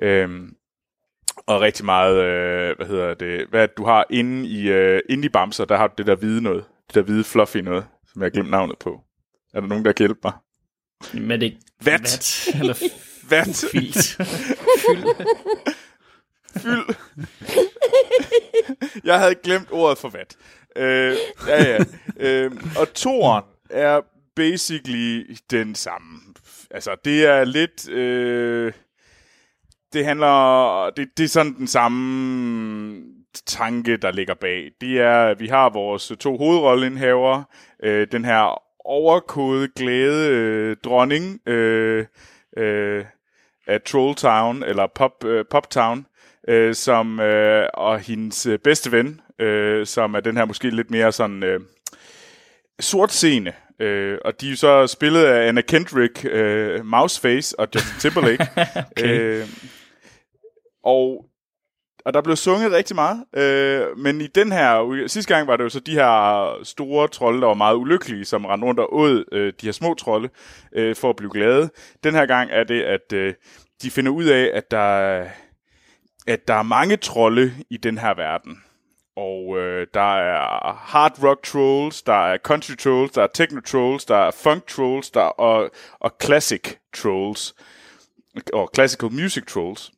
Og rigtig meget, hvad du har inde i bamser, der har du det der hvide noget, det der hvide fluffy noget, som jeg har glemt navnet på. Er der nogen, der kan hjælpe mig? Men det vat. Eller vat. Filt. Fyld. Jeg havde glemt ordet for vat. Og toren er basically den samme. Altså, det er lidt... det handler... Det er sådan den samme tanke, der ligger bag. Det er, vi har vores 2 hovedrolleindhavere. Den her overkode glæde dronning af Troll Town, eller Pop Town, og hendes bedste ven, som er den her måske lidt mere sådan sort scene, og de er så spillet af Anna Kendrick, Mouseface og Justin Timberlake. Okay. Og der blev sunget rigtig meget, men i den her, sidste gang var det jo så de her store trolde, der var meget ulykkelige, som rendte rundt og åd de her små trolde for at blive glade. Den her gang er det, at de finder ud af, at der er mange trolde i den her verden. Og der er hard rock trolls, der er country trolls, der er techno trolls, der er funk trolls, og classic trolls, og classical music trolls.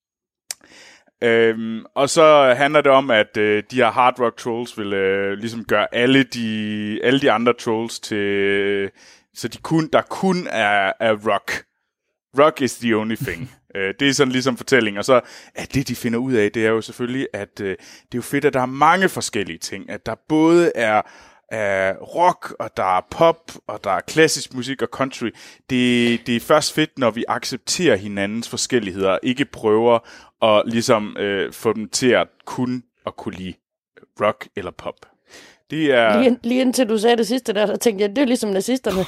Og så handler det om, at de her hard rock trolls vil ligesom gøre alle de andre trolls til, så der kun er rock. Rock is the only thing. Det er sådan ligesom fortælling. Og så at det, de finder ud af, det er jo selvfølgelig, at det er jo fedt, at der er mange forskellige ting. At der både er rock, og der er pop, og der er klassisk musik og country. Det er først fedt, når vi accepterer hinandens forskelligheder, og ikke prøver at ligesom få dem til at kunne lide rock eller pop. Det er... Lige indtil du sagde det sidste der tænkte jeg, det er ligesom nazisterne.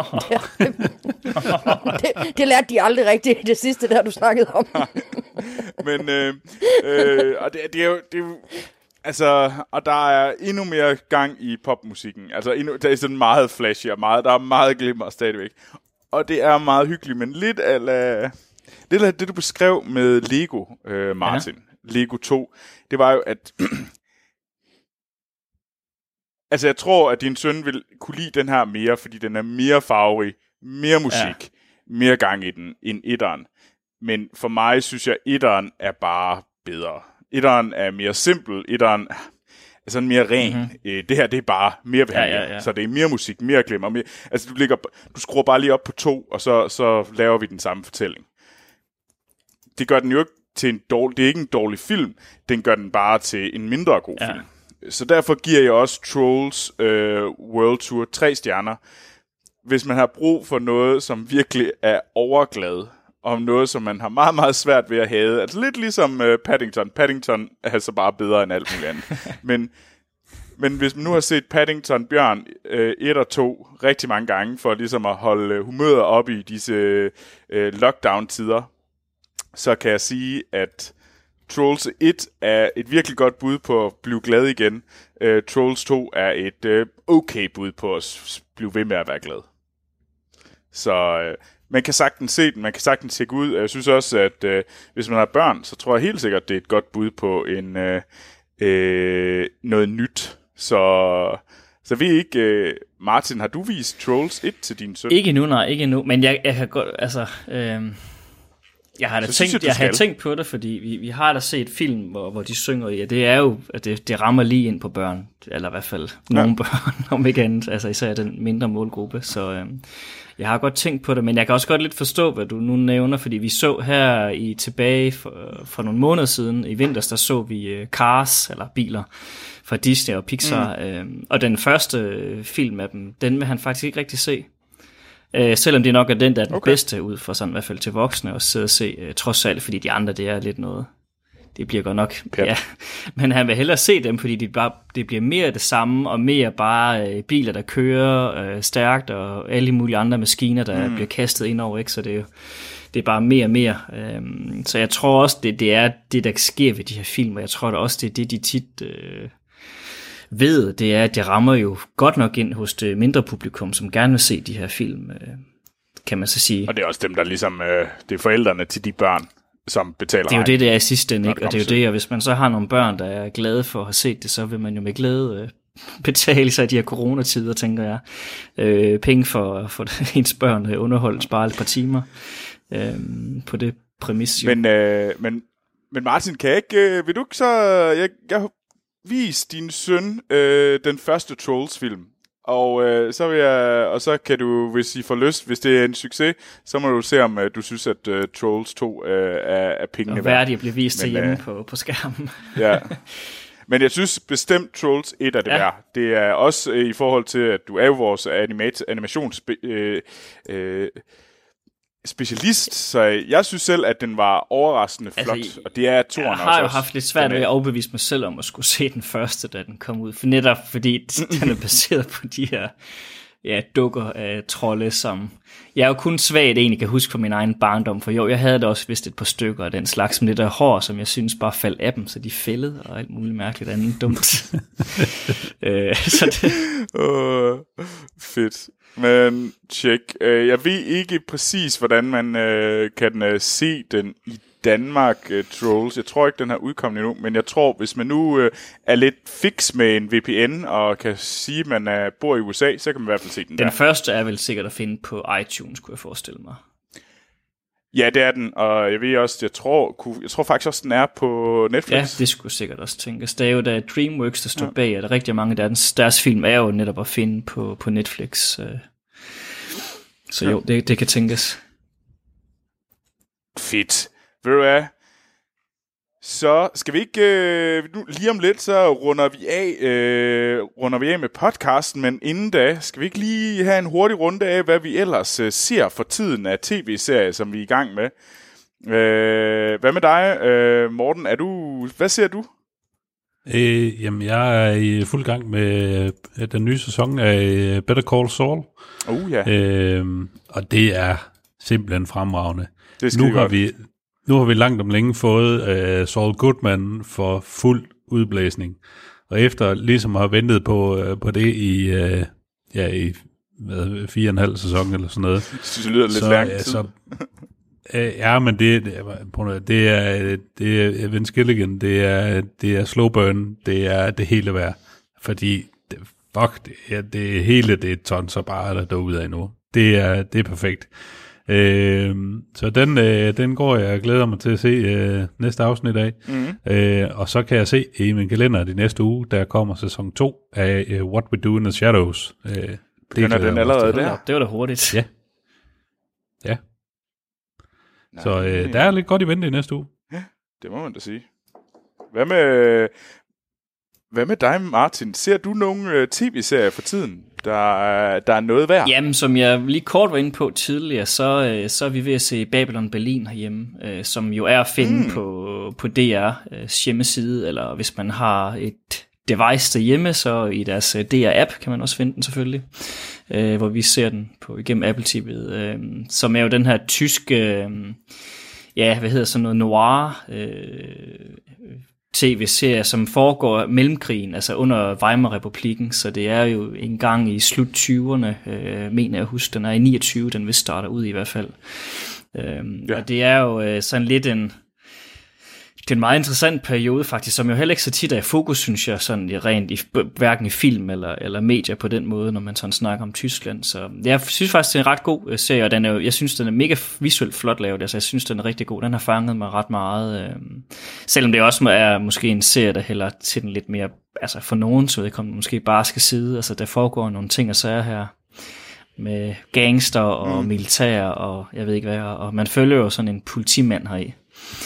det lærte de aldrig rigtigt, det sidste der, du snakkede om. Men, og det er jo altså, og der er endnu mere gang i popmusikken. Altså, der er sådan meget flashy, og der er meget glimmer stadigvæk. Og det er meget hyggeligt, men lidt af det, du beskrev med Lego, Martin, Lego 2, det var jo, at altså, jeg tror, at din søn vil kunne lide den her mere, fordi den er mere farverig, mere musik, mere gang i den, end etteren. Men for mig synes jeg, etteren er bare bedre. Etteren er mere simpel, etteren er sådan mere ren. Mm-hmm. Det her, det er bare mere behandling. Så det er mere musik, mere glimmer. Mere, altså, du skruer bare lige op på 2, og så laver vi den samme fortælling. Det gør den jo ikke til en dårlig... Det er ikke en dårlig film, den gør den bare til en mindre god film. Så derfor giver jeg også Trolls World Tour 3 stjerner. Hvis man har brug for noget, som virkelig er overglad, om noget, som man har meget, meget svært ved at have. Altså lidt ligesom Paddington. Paddington er altså bare bedre end alt muligt andet. Men hvis man nu har set Paddington Bjørn 1 og 2 rigtig mange gange, for ligesom at holde humøret op i disse lockdown-tider, så kan jeg sige, at Trolls 1 er et virkelig godt bud på at blive glad igen. Trolls 2 er et okay bud på at blive ved med at være glad. Så man kan sagtens se den, man kan sagtens tjekke ud. Jeg synes også, at hvis man har børn, så tror jeg helt sikkert, det er et godt bud på noget nyt. Så ved ikke, Martin, har du vist Trolls 1 til din søn? Ikke nu, nej, ikke nu. Men jeg kan godt, altså... Jeg har tænkt på det, fordi vi har da set film, hvor de synger i, og det er jo, at det rammer lige ind på børn, eller i hvert fald nogle børn, om ikke andet, altså især den mindre målgruppe, så jeg har godt tænkt på det, men jeg kan også godt lidt forstå, hvad du nu nævner, fordi vi så her tilbage for nogle måneder siden, i vinters, der så vi Cars, eller biler, fra Disney og Pixar, og den første film af dem, den vil han faktisk ikke rigtig se. Selvom det nok er den, der er den bedste ud for sådan i hvert fald til voksne at sidde og se, trods alt, fordi de andre, det er lidt noget, det bliver godt nok, men han vil hellere se dem, fordi det bliver mere det samme, og mere bare biler, der kører stærkt, og alle mulige andre maskiner, der bliver kastet ind over, ikke? Så det er bare mere og mere, så jeg tror også, det er det, der sker ved de her film, og jeg tror da også, det er det, de tit... ved, det er, at det rammer jo godt nok ind hos det mindre publikum, som gerne vil se de her film, kan man så sige. Og det er også dem, der ligesom, det er forældrene til de børn, som betaler. Det er jo det er i sidste ende, ikke? Og det er jo det, og hvis man så har nogle børn, der er glade for at have set det, så vil man jo med glæde betale sig af de her coronatider, tænker jeg. Penge for ens børn underholdt bare et par timer på det præmis. Men Martin, kan jeg ikke, vil du ikke så, jeg vis din søn den første Trolls-film, og så kan du, hvis I får lyst, hvis det er en succes, så må du se, om du synes, at Trolls 2 er pengene værd. Og værdigt at blive vist til hjemme på skærmen. Ja. Men jeg synes bestemt Trolls 1 er det værd. Det er også i forhold til, at du er jo vores specialist, så jeg synes selv, at den var overraskende flot, og det er toren også. Jeg har jo haft lidt svært ved at overbevise mig selv om at skulle se den første, da den kom ud, for netop fordi den er baseret på de her dukker af trolde, som jeg er jo kun svagt egentlig kan huske fra min egen barndom, for jo, jeg havde da også vist et par stykker af den slags, som det der hår, som jeg synes bare faldt af dem, så de fældede og alt muligt mærkeligt andet dumt. Så det... Fedt. Men tjek. Jeg ved ikke præcis, hvordan man kan se den i Danmark, Trolls. Jeg tror ikke, den har udkommet endnu, men jeg tror, hvis man nu er lidt fix med en VPN og kan sige, at man bor i USA, så kan man i hvert fald se den der. Den første er vel sikkert at finde på iTunes, kunne jeg forestille mig. Ja, det er den, og jeg ved også, jeg tror faktisk også, den er på Netflix. Ja, det skulle sikkert også tænkes. Det er jo da DreamWorks, der står bag, og der rigtig mange af deres film er jo netop at finde på Netflix. Så jo, det kan tænkes. Fedt. Ved du hvad? Så skal vi ikke... nu, lige om lidt, så runder vi af med podcasten, men inden da, skal vi ikke lige have en hurtig runde af, hvad vi ellers ser for tiden af tv-serier, som vi er i gang med. Hvad med dig, Morten? Hvad ser du? Jamen, jeg er i fuld gang med den nye sæson af Better Call Saul. Og det er simpelthen fremragende. Nu har vi langt om længe fået Saul Goodman for fuld udblæsning. Og efter ligesom at have ventet på det i 4,5 sæson eller sådan noget. Det lyder lidt langt. Ja, men det er Vince Gilligan, det er slow burn, det er det hele værd. Fordi, det hele det tonser bare derude af nu. Det er perfekt. Så den går jeg glæder mig til at se næste afsnit af. Og så kan jeg se i min kalender de næste uge, der kommer sæson 2 af What We Do in the Shadows. Den allerede der? Det var da hurtigt. Ja. Så der er lidt godt i vente i næste uge. Ja, det må man da sige. Hvad med dig, Martin? Ser du nogle tv-serier for tiden, der er noget værd? Jamen, som jeg lige kort var inde på tidligere, så er vi ved at se Babylon Berlin herhjemme, som jo er at finde på DR's hjemmeside, eller hvis man har et device derhjemme, så i deres DR-app kan man også finde den selvfølgelig, hvor vi ser den igennem Apple TV, som er jo den her tyske, noir tv-serie, som foregår mellemkrigen, altså under Weimar-republikken, så det er jo en gang i slut 20'erne, mener jeg huske, den er i 29, den vil starte ud i hvert fald. Og det er jo sådan lidt det er en meget interessant periode faktisk, som jo heller ikke så tit er i fokus, synes jeg, sådan rent hverken i film eller medier på den måde, når man sådan snakker om Tyskland. Så jeg synes faktisk, det er en ret god serie, og jeg synes, den er mega visuelt flot lavet. Altså, jeg synes, den er rigtig god. Den har fanget mig ret meget. Selvom det også er måske en serie, der hælder til den lidt mere, altså for nogen, så vedkommende måske bare skal sidde. Altså, der foregår nogle ting og sager her med gangster og militær og jeg ved ikke hvad, og man følger jo sådan en politimand heri.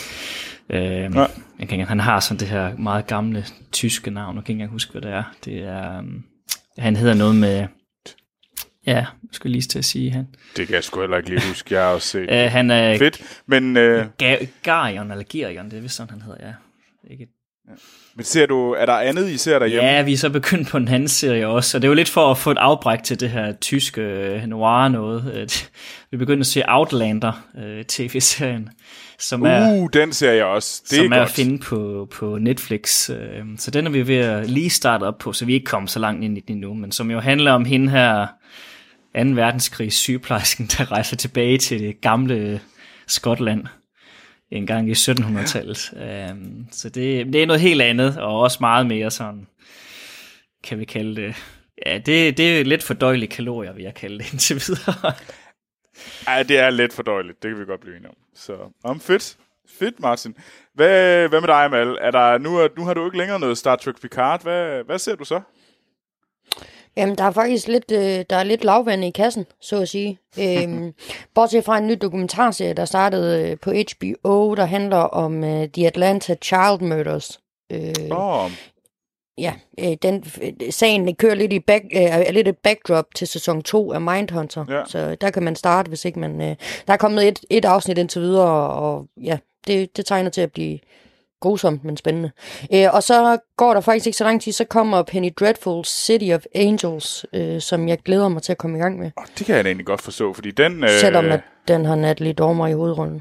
Han har sådan det her meget gamle tyske navn, jeg kan ikke engang huske, hvad det er. Det er han hedder noget med, jeg skulle lige til at sige han. Det kan jeg sgu heller ikke lige huske, jeg har også set. Han er fedt, men Garion eller Gerion, det er vist sådan han hedder, ja. Ikke. Ja. Men er der andet, I ser derhjemme? Ja, vi er så begyndt på en anden serie også, og det er jo lidt for at få et afbræk til det her tyske noir noget. Vi begyndte at se Outlander, tv-serien, som den ser jeg også. Det som er at finde på Netflix. Så den er vi ved at lige starte op på, så vi ikke kommer så langt ind i den endnu, men som jo handler om hende her 2. verdenskrigs sygeplejersken, der rejser tilbage til det gamle Skotland en gang i 1700-tallet. Så det er noget helt andet, og også meget mere sådan, kan vi kalde det. Ja, det er lidt fordøjelige kalorier, vil jeg kalde det indtil videre. Ej, det er lidt fordøjeligt, det kan vi godt blive enige om. Så fedt, Martin. Hvad med dig, Amal? Nu har du ikke længere noget Star Trek Picard. Hvad ser du så? Jamen, der er faktisk lidt lavvand i kassen, så at sige. Bortset fra en ny dokumentarserie, der startede på HBO, der handler om The Atlanta Child Murders. sagen kører lidt lidt et backdrop til sæson 2 af Mindhunter. Ja. Så der kan man starte, hvis ikke man... der er kommet et afsnit indtil videre, og ja, det tegner til at blive grusomt, men spændende. Og så går der faktisk ikke så lang tid, så kommer Penny Dreadful's City of Angels, som jeg glæder mig til at komme i gang med. Det kan jeg egentlig godt forstå, fordi den... Selvom at den har Natalie Dormer i hovedrollen.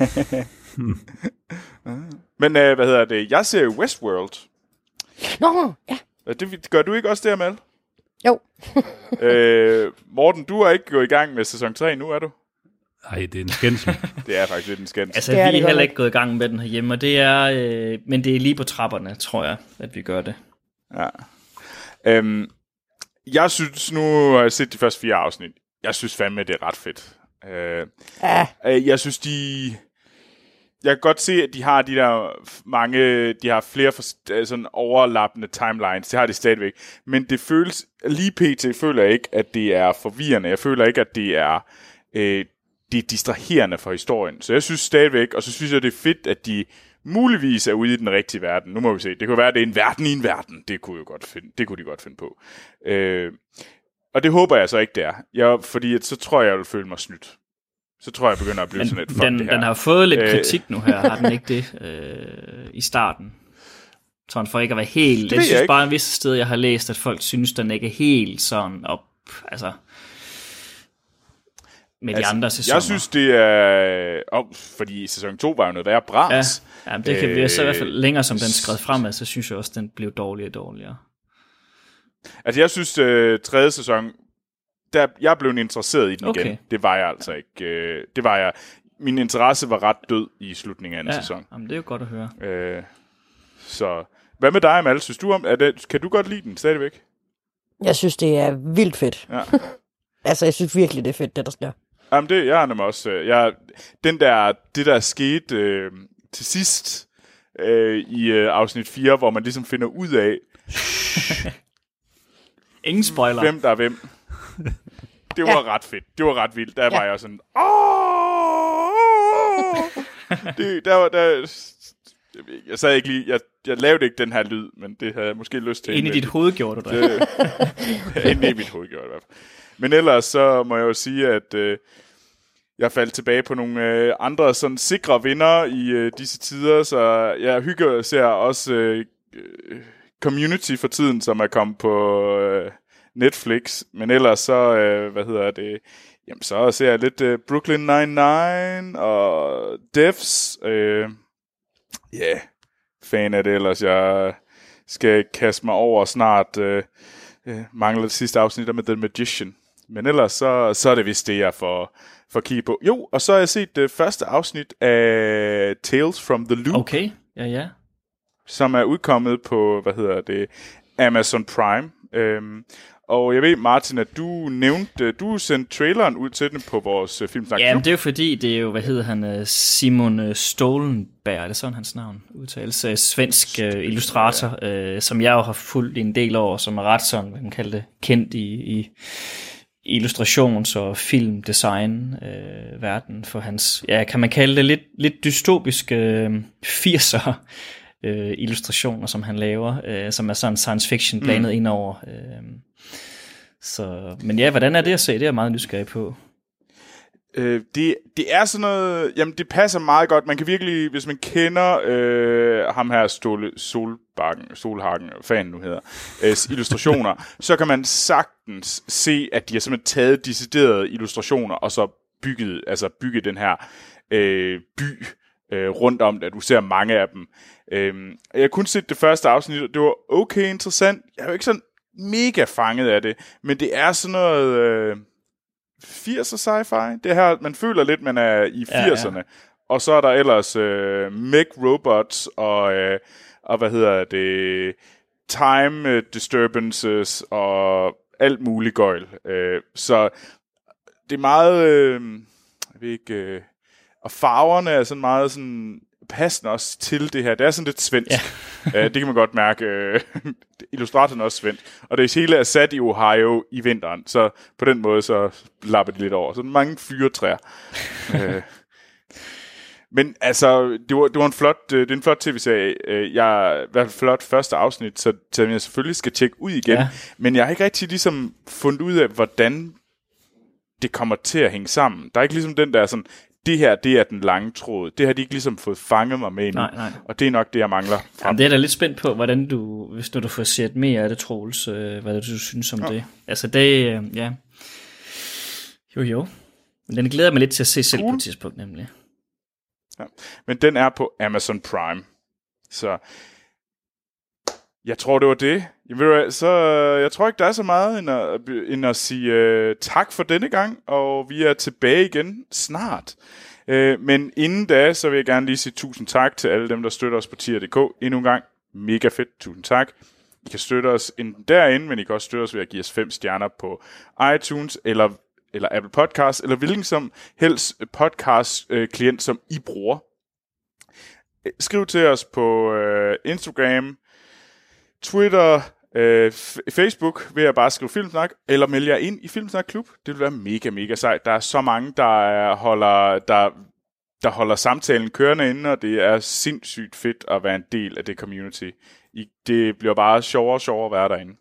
Men jeg ser jo Westworld. Nå, ja. Det gør du ikke også det, Amal? Jo. Morten, du er ikke gået i gang med sæson 3 nu, er du? Nej, det er en skændsel. Det er faktisk lidt en skændsel. Altså, vi er heller ikke gået i gang med den herhjemme, og det er, men det er lige på trapperne, tror jeg, at vi gør det. Ja. Jeg synes, nu har jeg set de første 4 afsnit. Jeg synes fandme, det er ret fedt. Jeg synes, jeg kan godt se, at de har de har flere sådan overlappende timelines. Det har de stadigvæk. Men det føles, lige pt. Føler jeg ikke, at det er forvirrende. Jeg føler ikke, at det er distraherende for historien. Så jeg synes stadigvæk, og så synes jeg, det er fedt, at de muligvis er ude i den rigtige verden. Nu må vi se. Det kunne være, at det er en verden i en verden. Det kunne de godt finde på. Og det håber jeg så ikke, det er. Fordi så tror jeg vil føle mig snydt. Så tror jeg begynder at blive sådan et den har fået lidt kritik nu her, har den ikke det i starten? Tror for ikke at være helt... Jeg synes bare en vis sted, jeg har læst, at folk synes, den ikke er helt sådan op... Altså, med de andre sæsoner. Jeg synes, det er... fordi sæson 2 var jo noget værre bras. Ja, det kan vi så i hvert fald længere, som den skred fremad, så synes jeg også, den blev dårligere og dårligere. Altså, jeg synes, 3. sæson... jeg blev interesseret i den igen. Det var jeg altså ikke. Min interesse var ret død i slutningen af anden sæson. Jamen, det er jo godt at høre. Så hvad med dig, Amal? Synes du kan du godt lide den stadigvæk? Jeg synes, det er vildt fedt. Ja. Altså, jeg synes virkelig, det er fedt, det der sker. Jamen, jeg er nemlig også... det der skete til sidst i afsnit 4, hvor man ligesom finder ud af... Ingen spoiler. Hvem der er hvem. Det var ret fedt. Det var ret vildt. Der var jeg sådan... Jeg sad ikke lige... Jeg lavede ikke den her lyd, men det havde jeg måske lyst til. Inde i dit hoved gjorde du det. Inde i mit hoved gjorde det i hvert fald. Men ellers så må jeg jo sige, at jeg faldt tilbage på nogle andre sådan sikre vinder i disse tider, så jeg ser også Community for tiden, som er kommet på Netflix. Men ellers så, jamen så ser jeg lidt Brooklyn Nine-Nine og Devs. Fan af det ellers. Jeg skal kaste mig over snart. Mangler det sidste afsnit med The Magician. Men ellers så er det vist det, jeg får kigge på. Jo, og så har jeg set det første afsnit af Tales from the Loop. Okay, ja. Som er udkommet på, Amazon Prime. Og jeg ved, Martin, at du sendte traileren ud til den på vores Filmsnak. Ja, men det er jo fordi, det er jo, Simon Stålenberg, er det sådan hans navn udtales, svensk illustrator, som jeg jo har fulgt i en del år, som er ret sådan, hvad man kalder det, kendt i illustrations- og filmdesign verden for hans, kan man kalde det lidt dystopiske 80'er illustrationer, som han laver, som er sådan science fiction blandet ind over. Men hvordan er det at se? Det er jeg meget nysgerrig på. Det er sådan noget, jamen det passer meget godt. Man kan virkelig, hvis man kender ham her Solhagen, fan nu hedder, illustrationer, så kan man sagtens se, at de har simpelthen taget deciderede illustrationer, og så bygget den her by rundt om det. Du ser mange af dem. Jeg har kun set det første afsnit, og det var okay interessant. Jeg er jo ikke sådan mega fanget af det, men det er sådan noget 80'er sci-fi. Det her, man føler lidt, man er i 80'erne. Ja. Og så er der ellers mech robots og time disturbances og alt muligt gøjl. Så det er meget og farverne er sådan meget sådan passende også til det her. Det er sådan lidt svensk. Ja. Det kan man godt mærke. Illustratoren er også svensk. Og det hele er sat i Ohio i vinteren. Så på den måde, så lapper de lidt over. Så mange fyretræer. Men altså, det var en flot, det er en flot tv-serie. Jeg i hvert fald flot første afsnit, så jeg selvfølgelig skal tjekke ud igen. Ja. Men jeg har ikke rigtig ligesom fundet ud af, hvordan det kommer til at hænge sammen. Der er ikke ligesom den der sådan, det her, det er den lange tråd. Det har de ikke ligesom fået fanget mig med endnu. Nej. Og det er nok det, jeg mangler. Jamen, det er da lidt spændt på, hvordan du, hvis du får set mere af det, Troels, hvad du synes om det. Altså det, ja. Jo. Men den glæder mig lidt til at se selv på et tidspunkt, nemlig. Ja. Men den er på Amazon Prime. Så jeg tror, det var det. Så jeg tror ikke, der er så meget end at sige tak for denne gang, og vi er tilbage igen snart. Men inden da, så vil jeg gerne lige sige tusind tak til alle dem, der støtter os på tier.dk. Endnu en gang, mega fedt, tusind tak. I kan støtte os derinde, men I kan også støtte os ved at give os 5 stjerner på iTunes, eller Apple Podcast, eller hvilken som helst podcast-klient, som I bruger. Skriv til os på Instagram, Twitter, Facebook ved at bare skrive Filmsnak, eller melde jer ind i Filmsnak Klub. Det vil være mega, mega sejt. Der er så mange, der holder samtalen kørende inde, og det er sindssygt fedt at være en del af det community. Det bliver bare sjovere og sjovere at være derinde.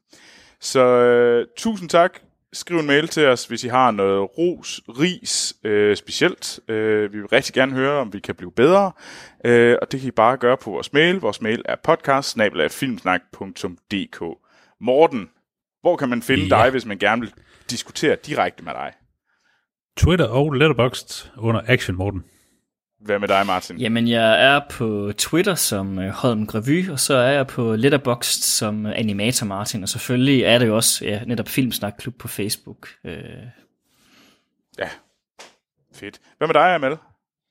Så tusind tak. Skriv en mail til os, hvis I har noget ris specielt. Vi vil rigtig gerne høre, om vi kan blive bedre. Og det kan I bare gøre på vores mail. Vores mail er podcast@filmsnak.dk. Morten, hvor kan man finde dig, hvis man gerne vil diskutere direkte med dig? Twitter og Letterboxd under Action Morten. Hvad med dig, Martin? Jamen, jeg er på Twitter som Holm Grevy, og så er jeg på Letterboxd som Animator Martin, og selvfølgelig er det jo også netop Filmsnak Klub på Facebook. Ja, fedt. Hvad med dig, Amal?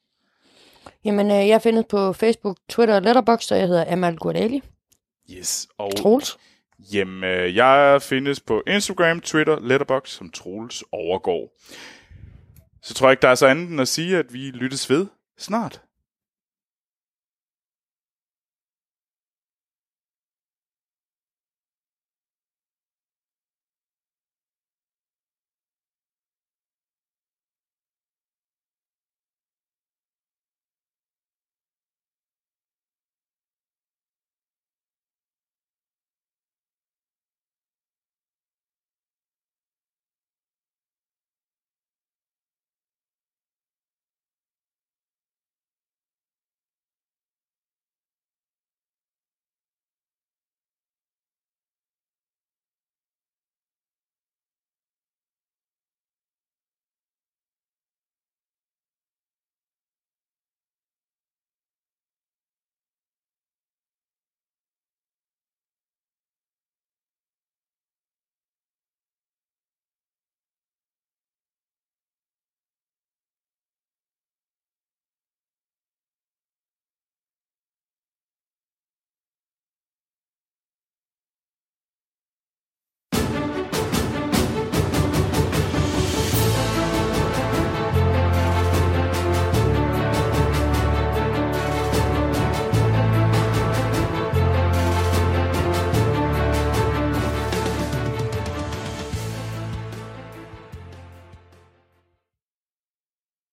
Jamen, jeg findes på Facebook, Twitter og Letterboxd, og jeg hedder Amal Guadali. Yes, og Troels. Jamen, jeg findes på Instagram, Twitter, Letterboxd som Troels Overgaard. Så tror jeg ikke, der er så andet end at sige, at vi lyttes ved snart.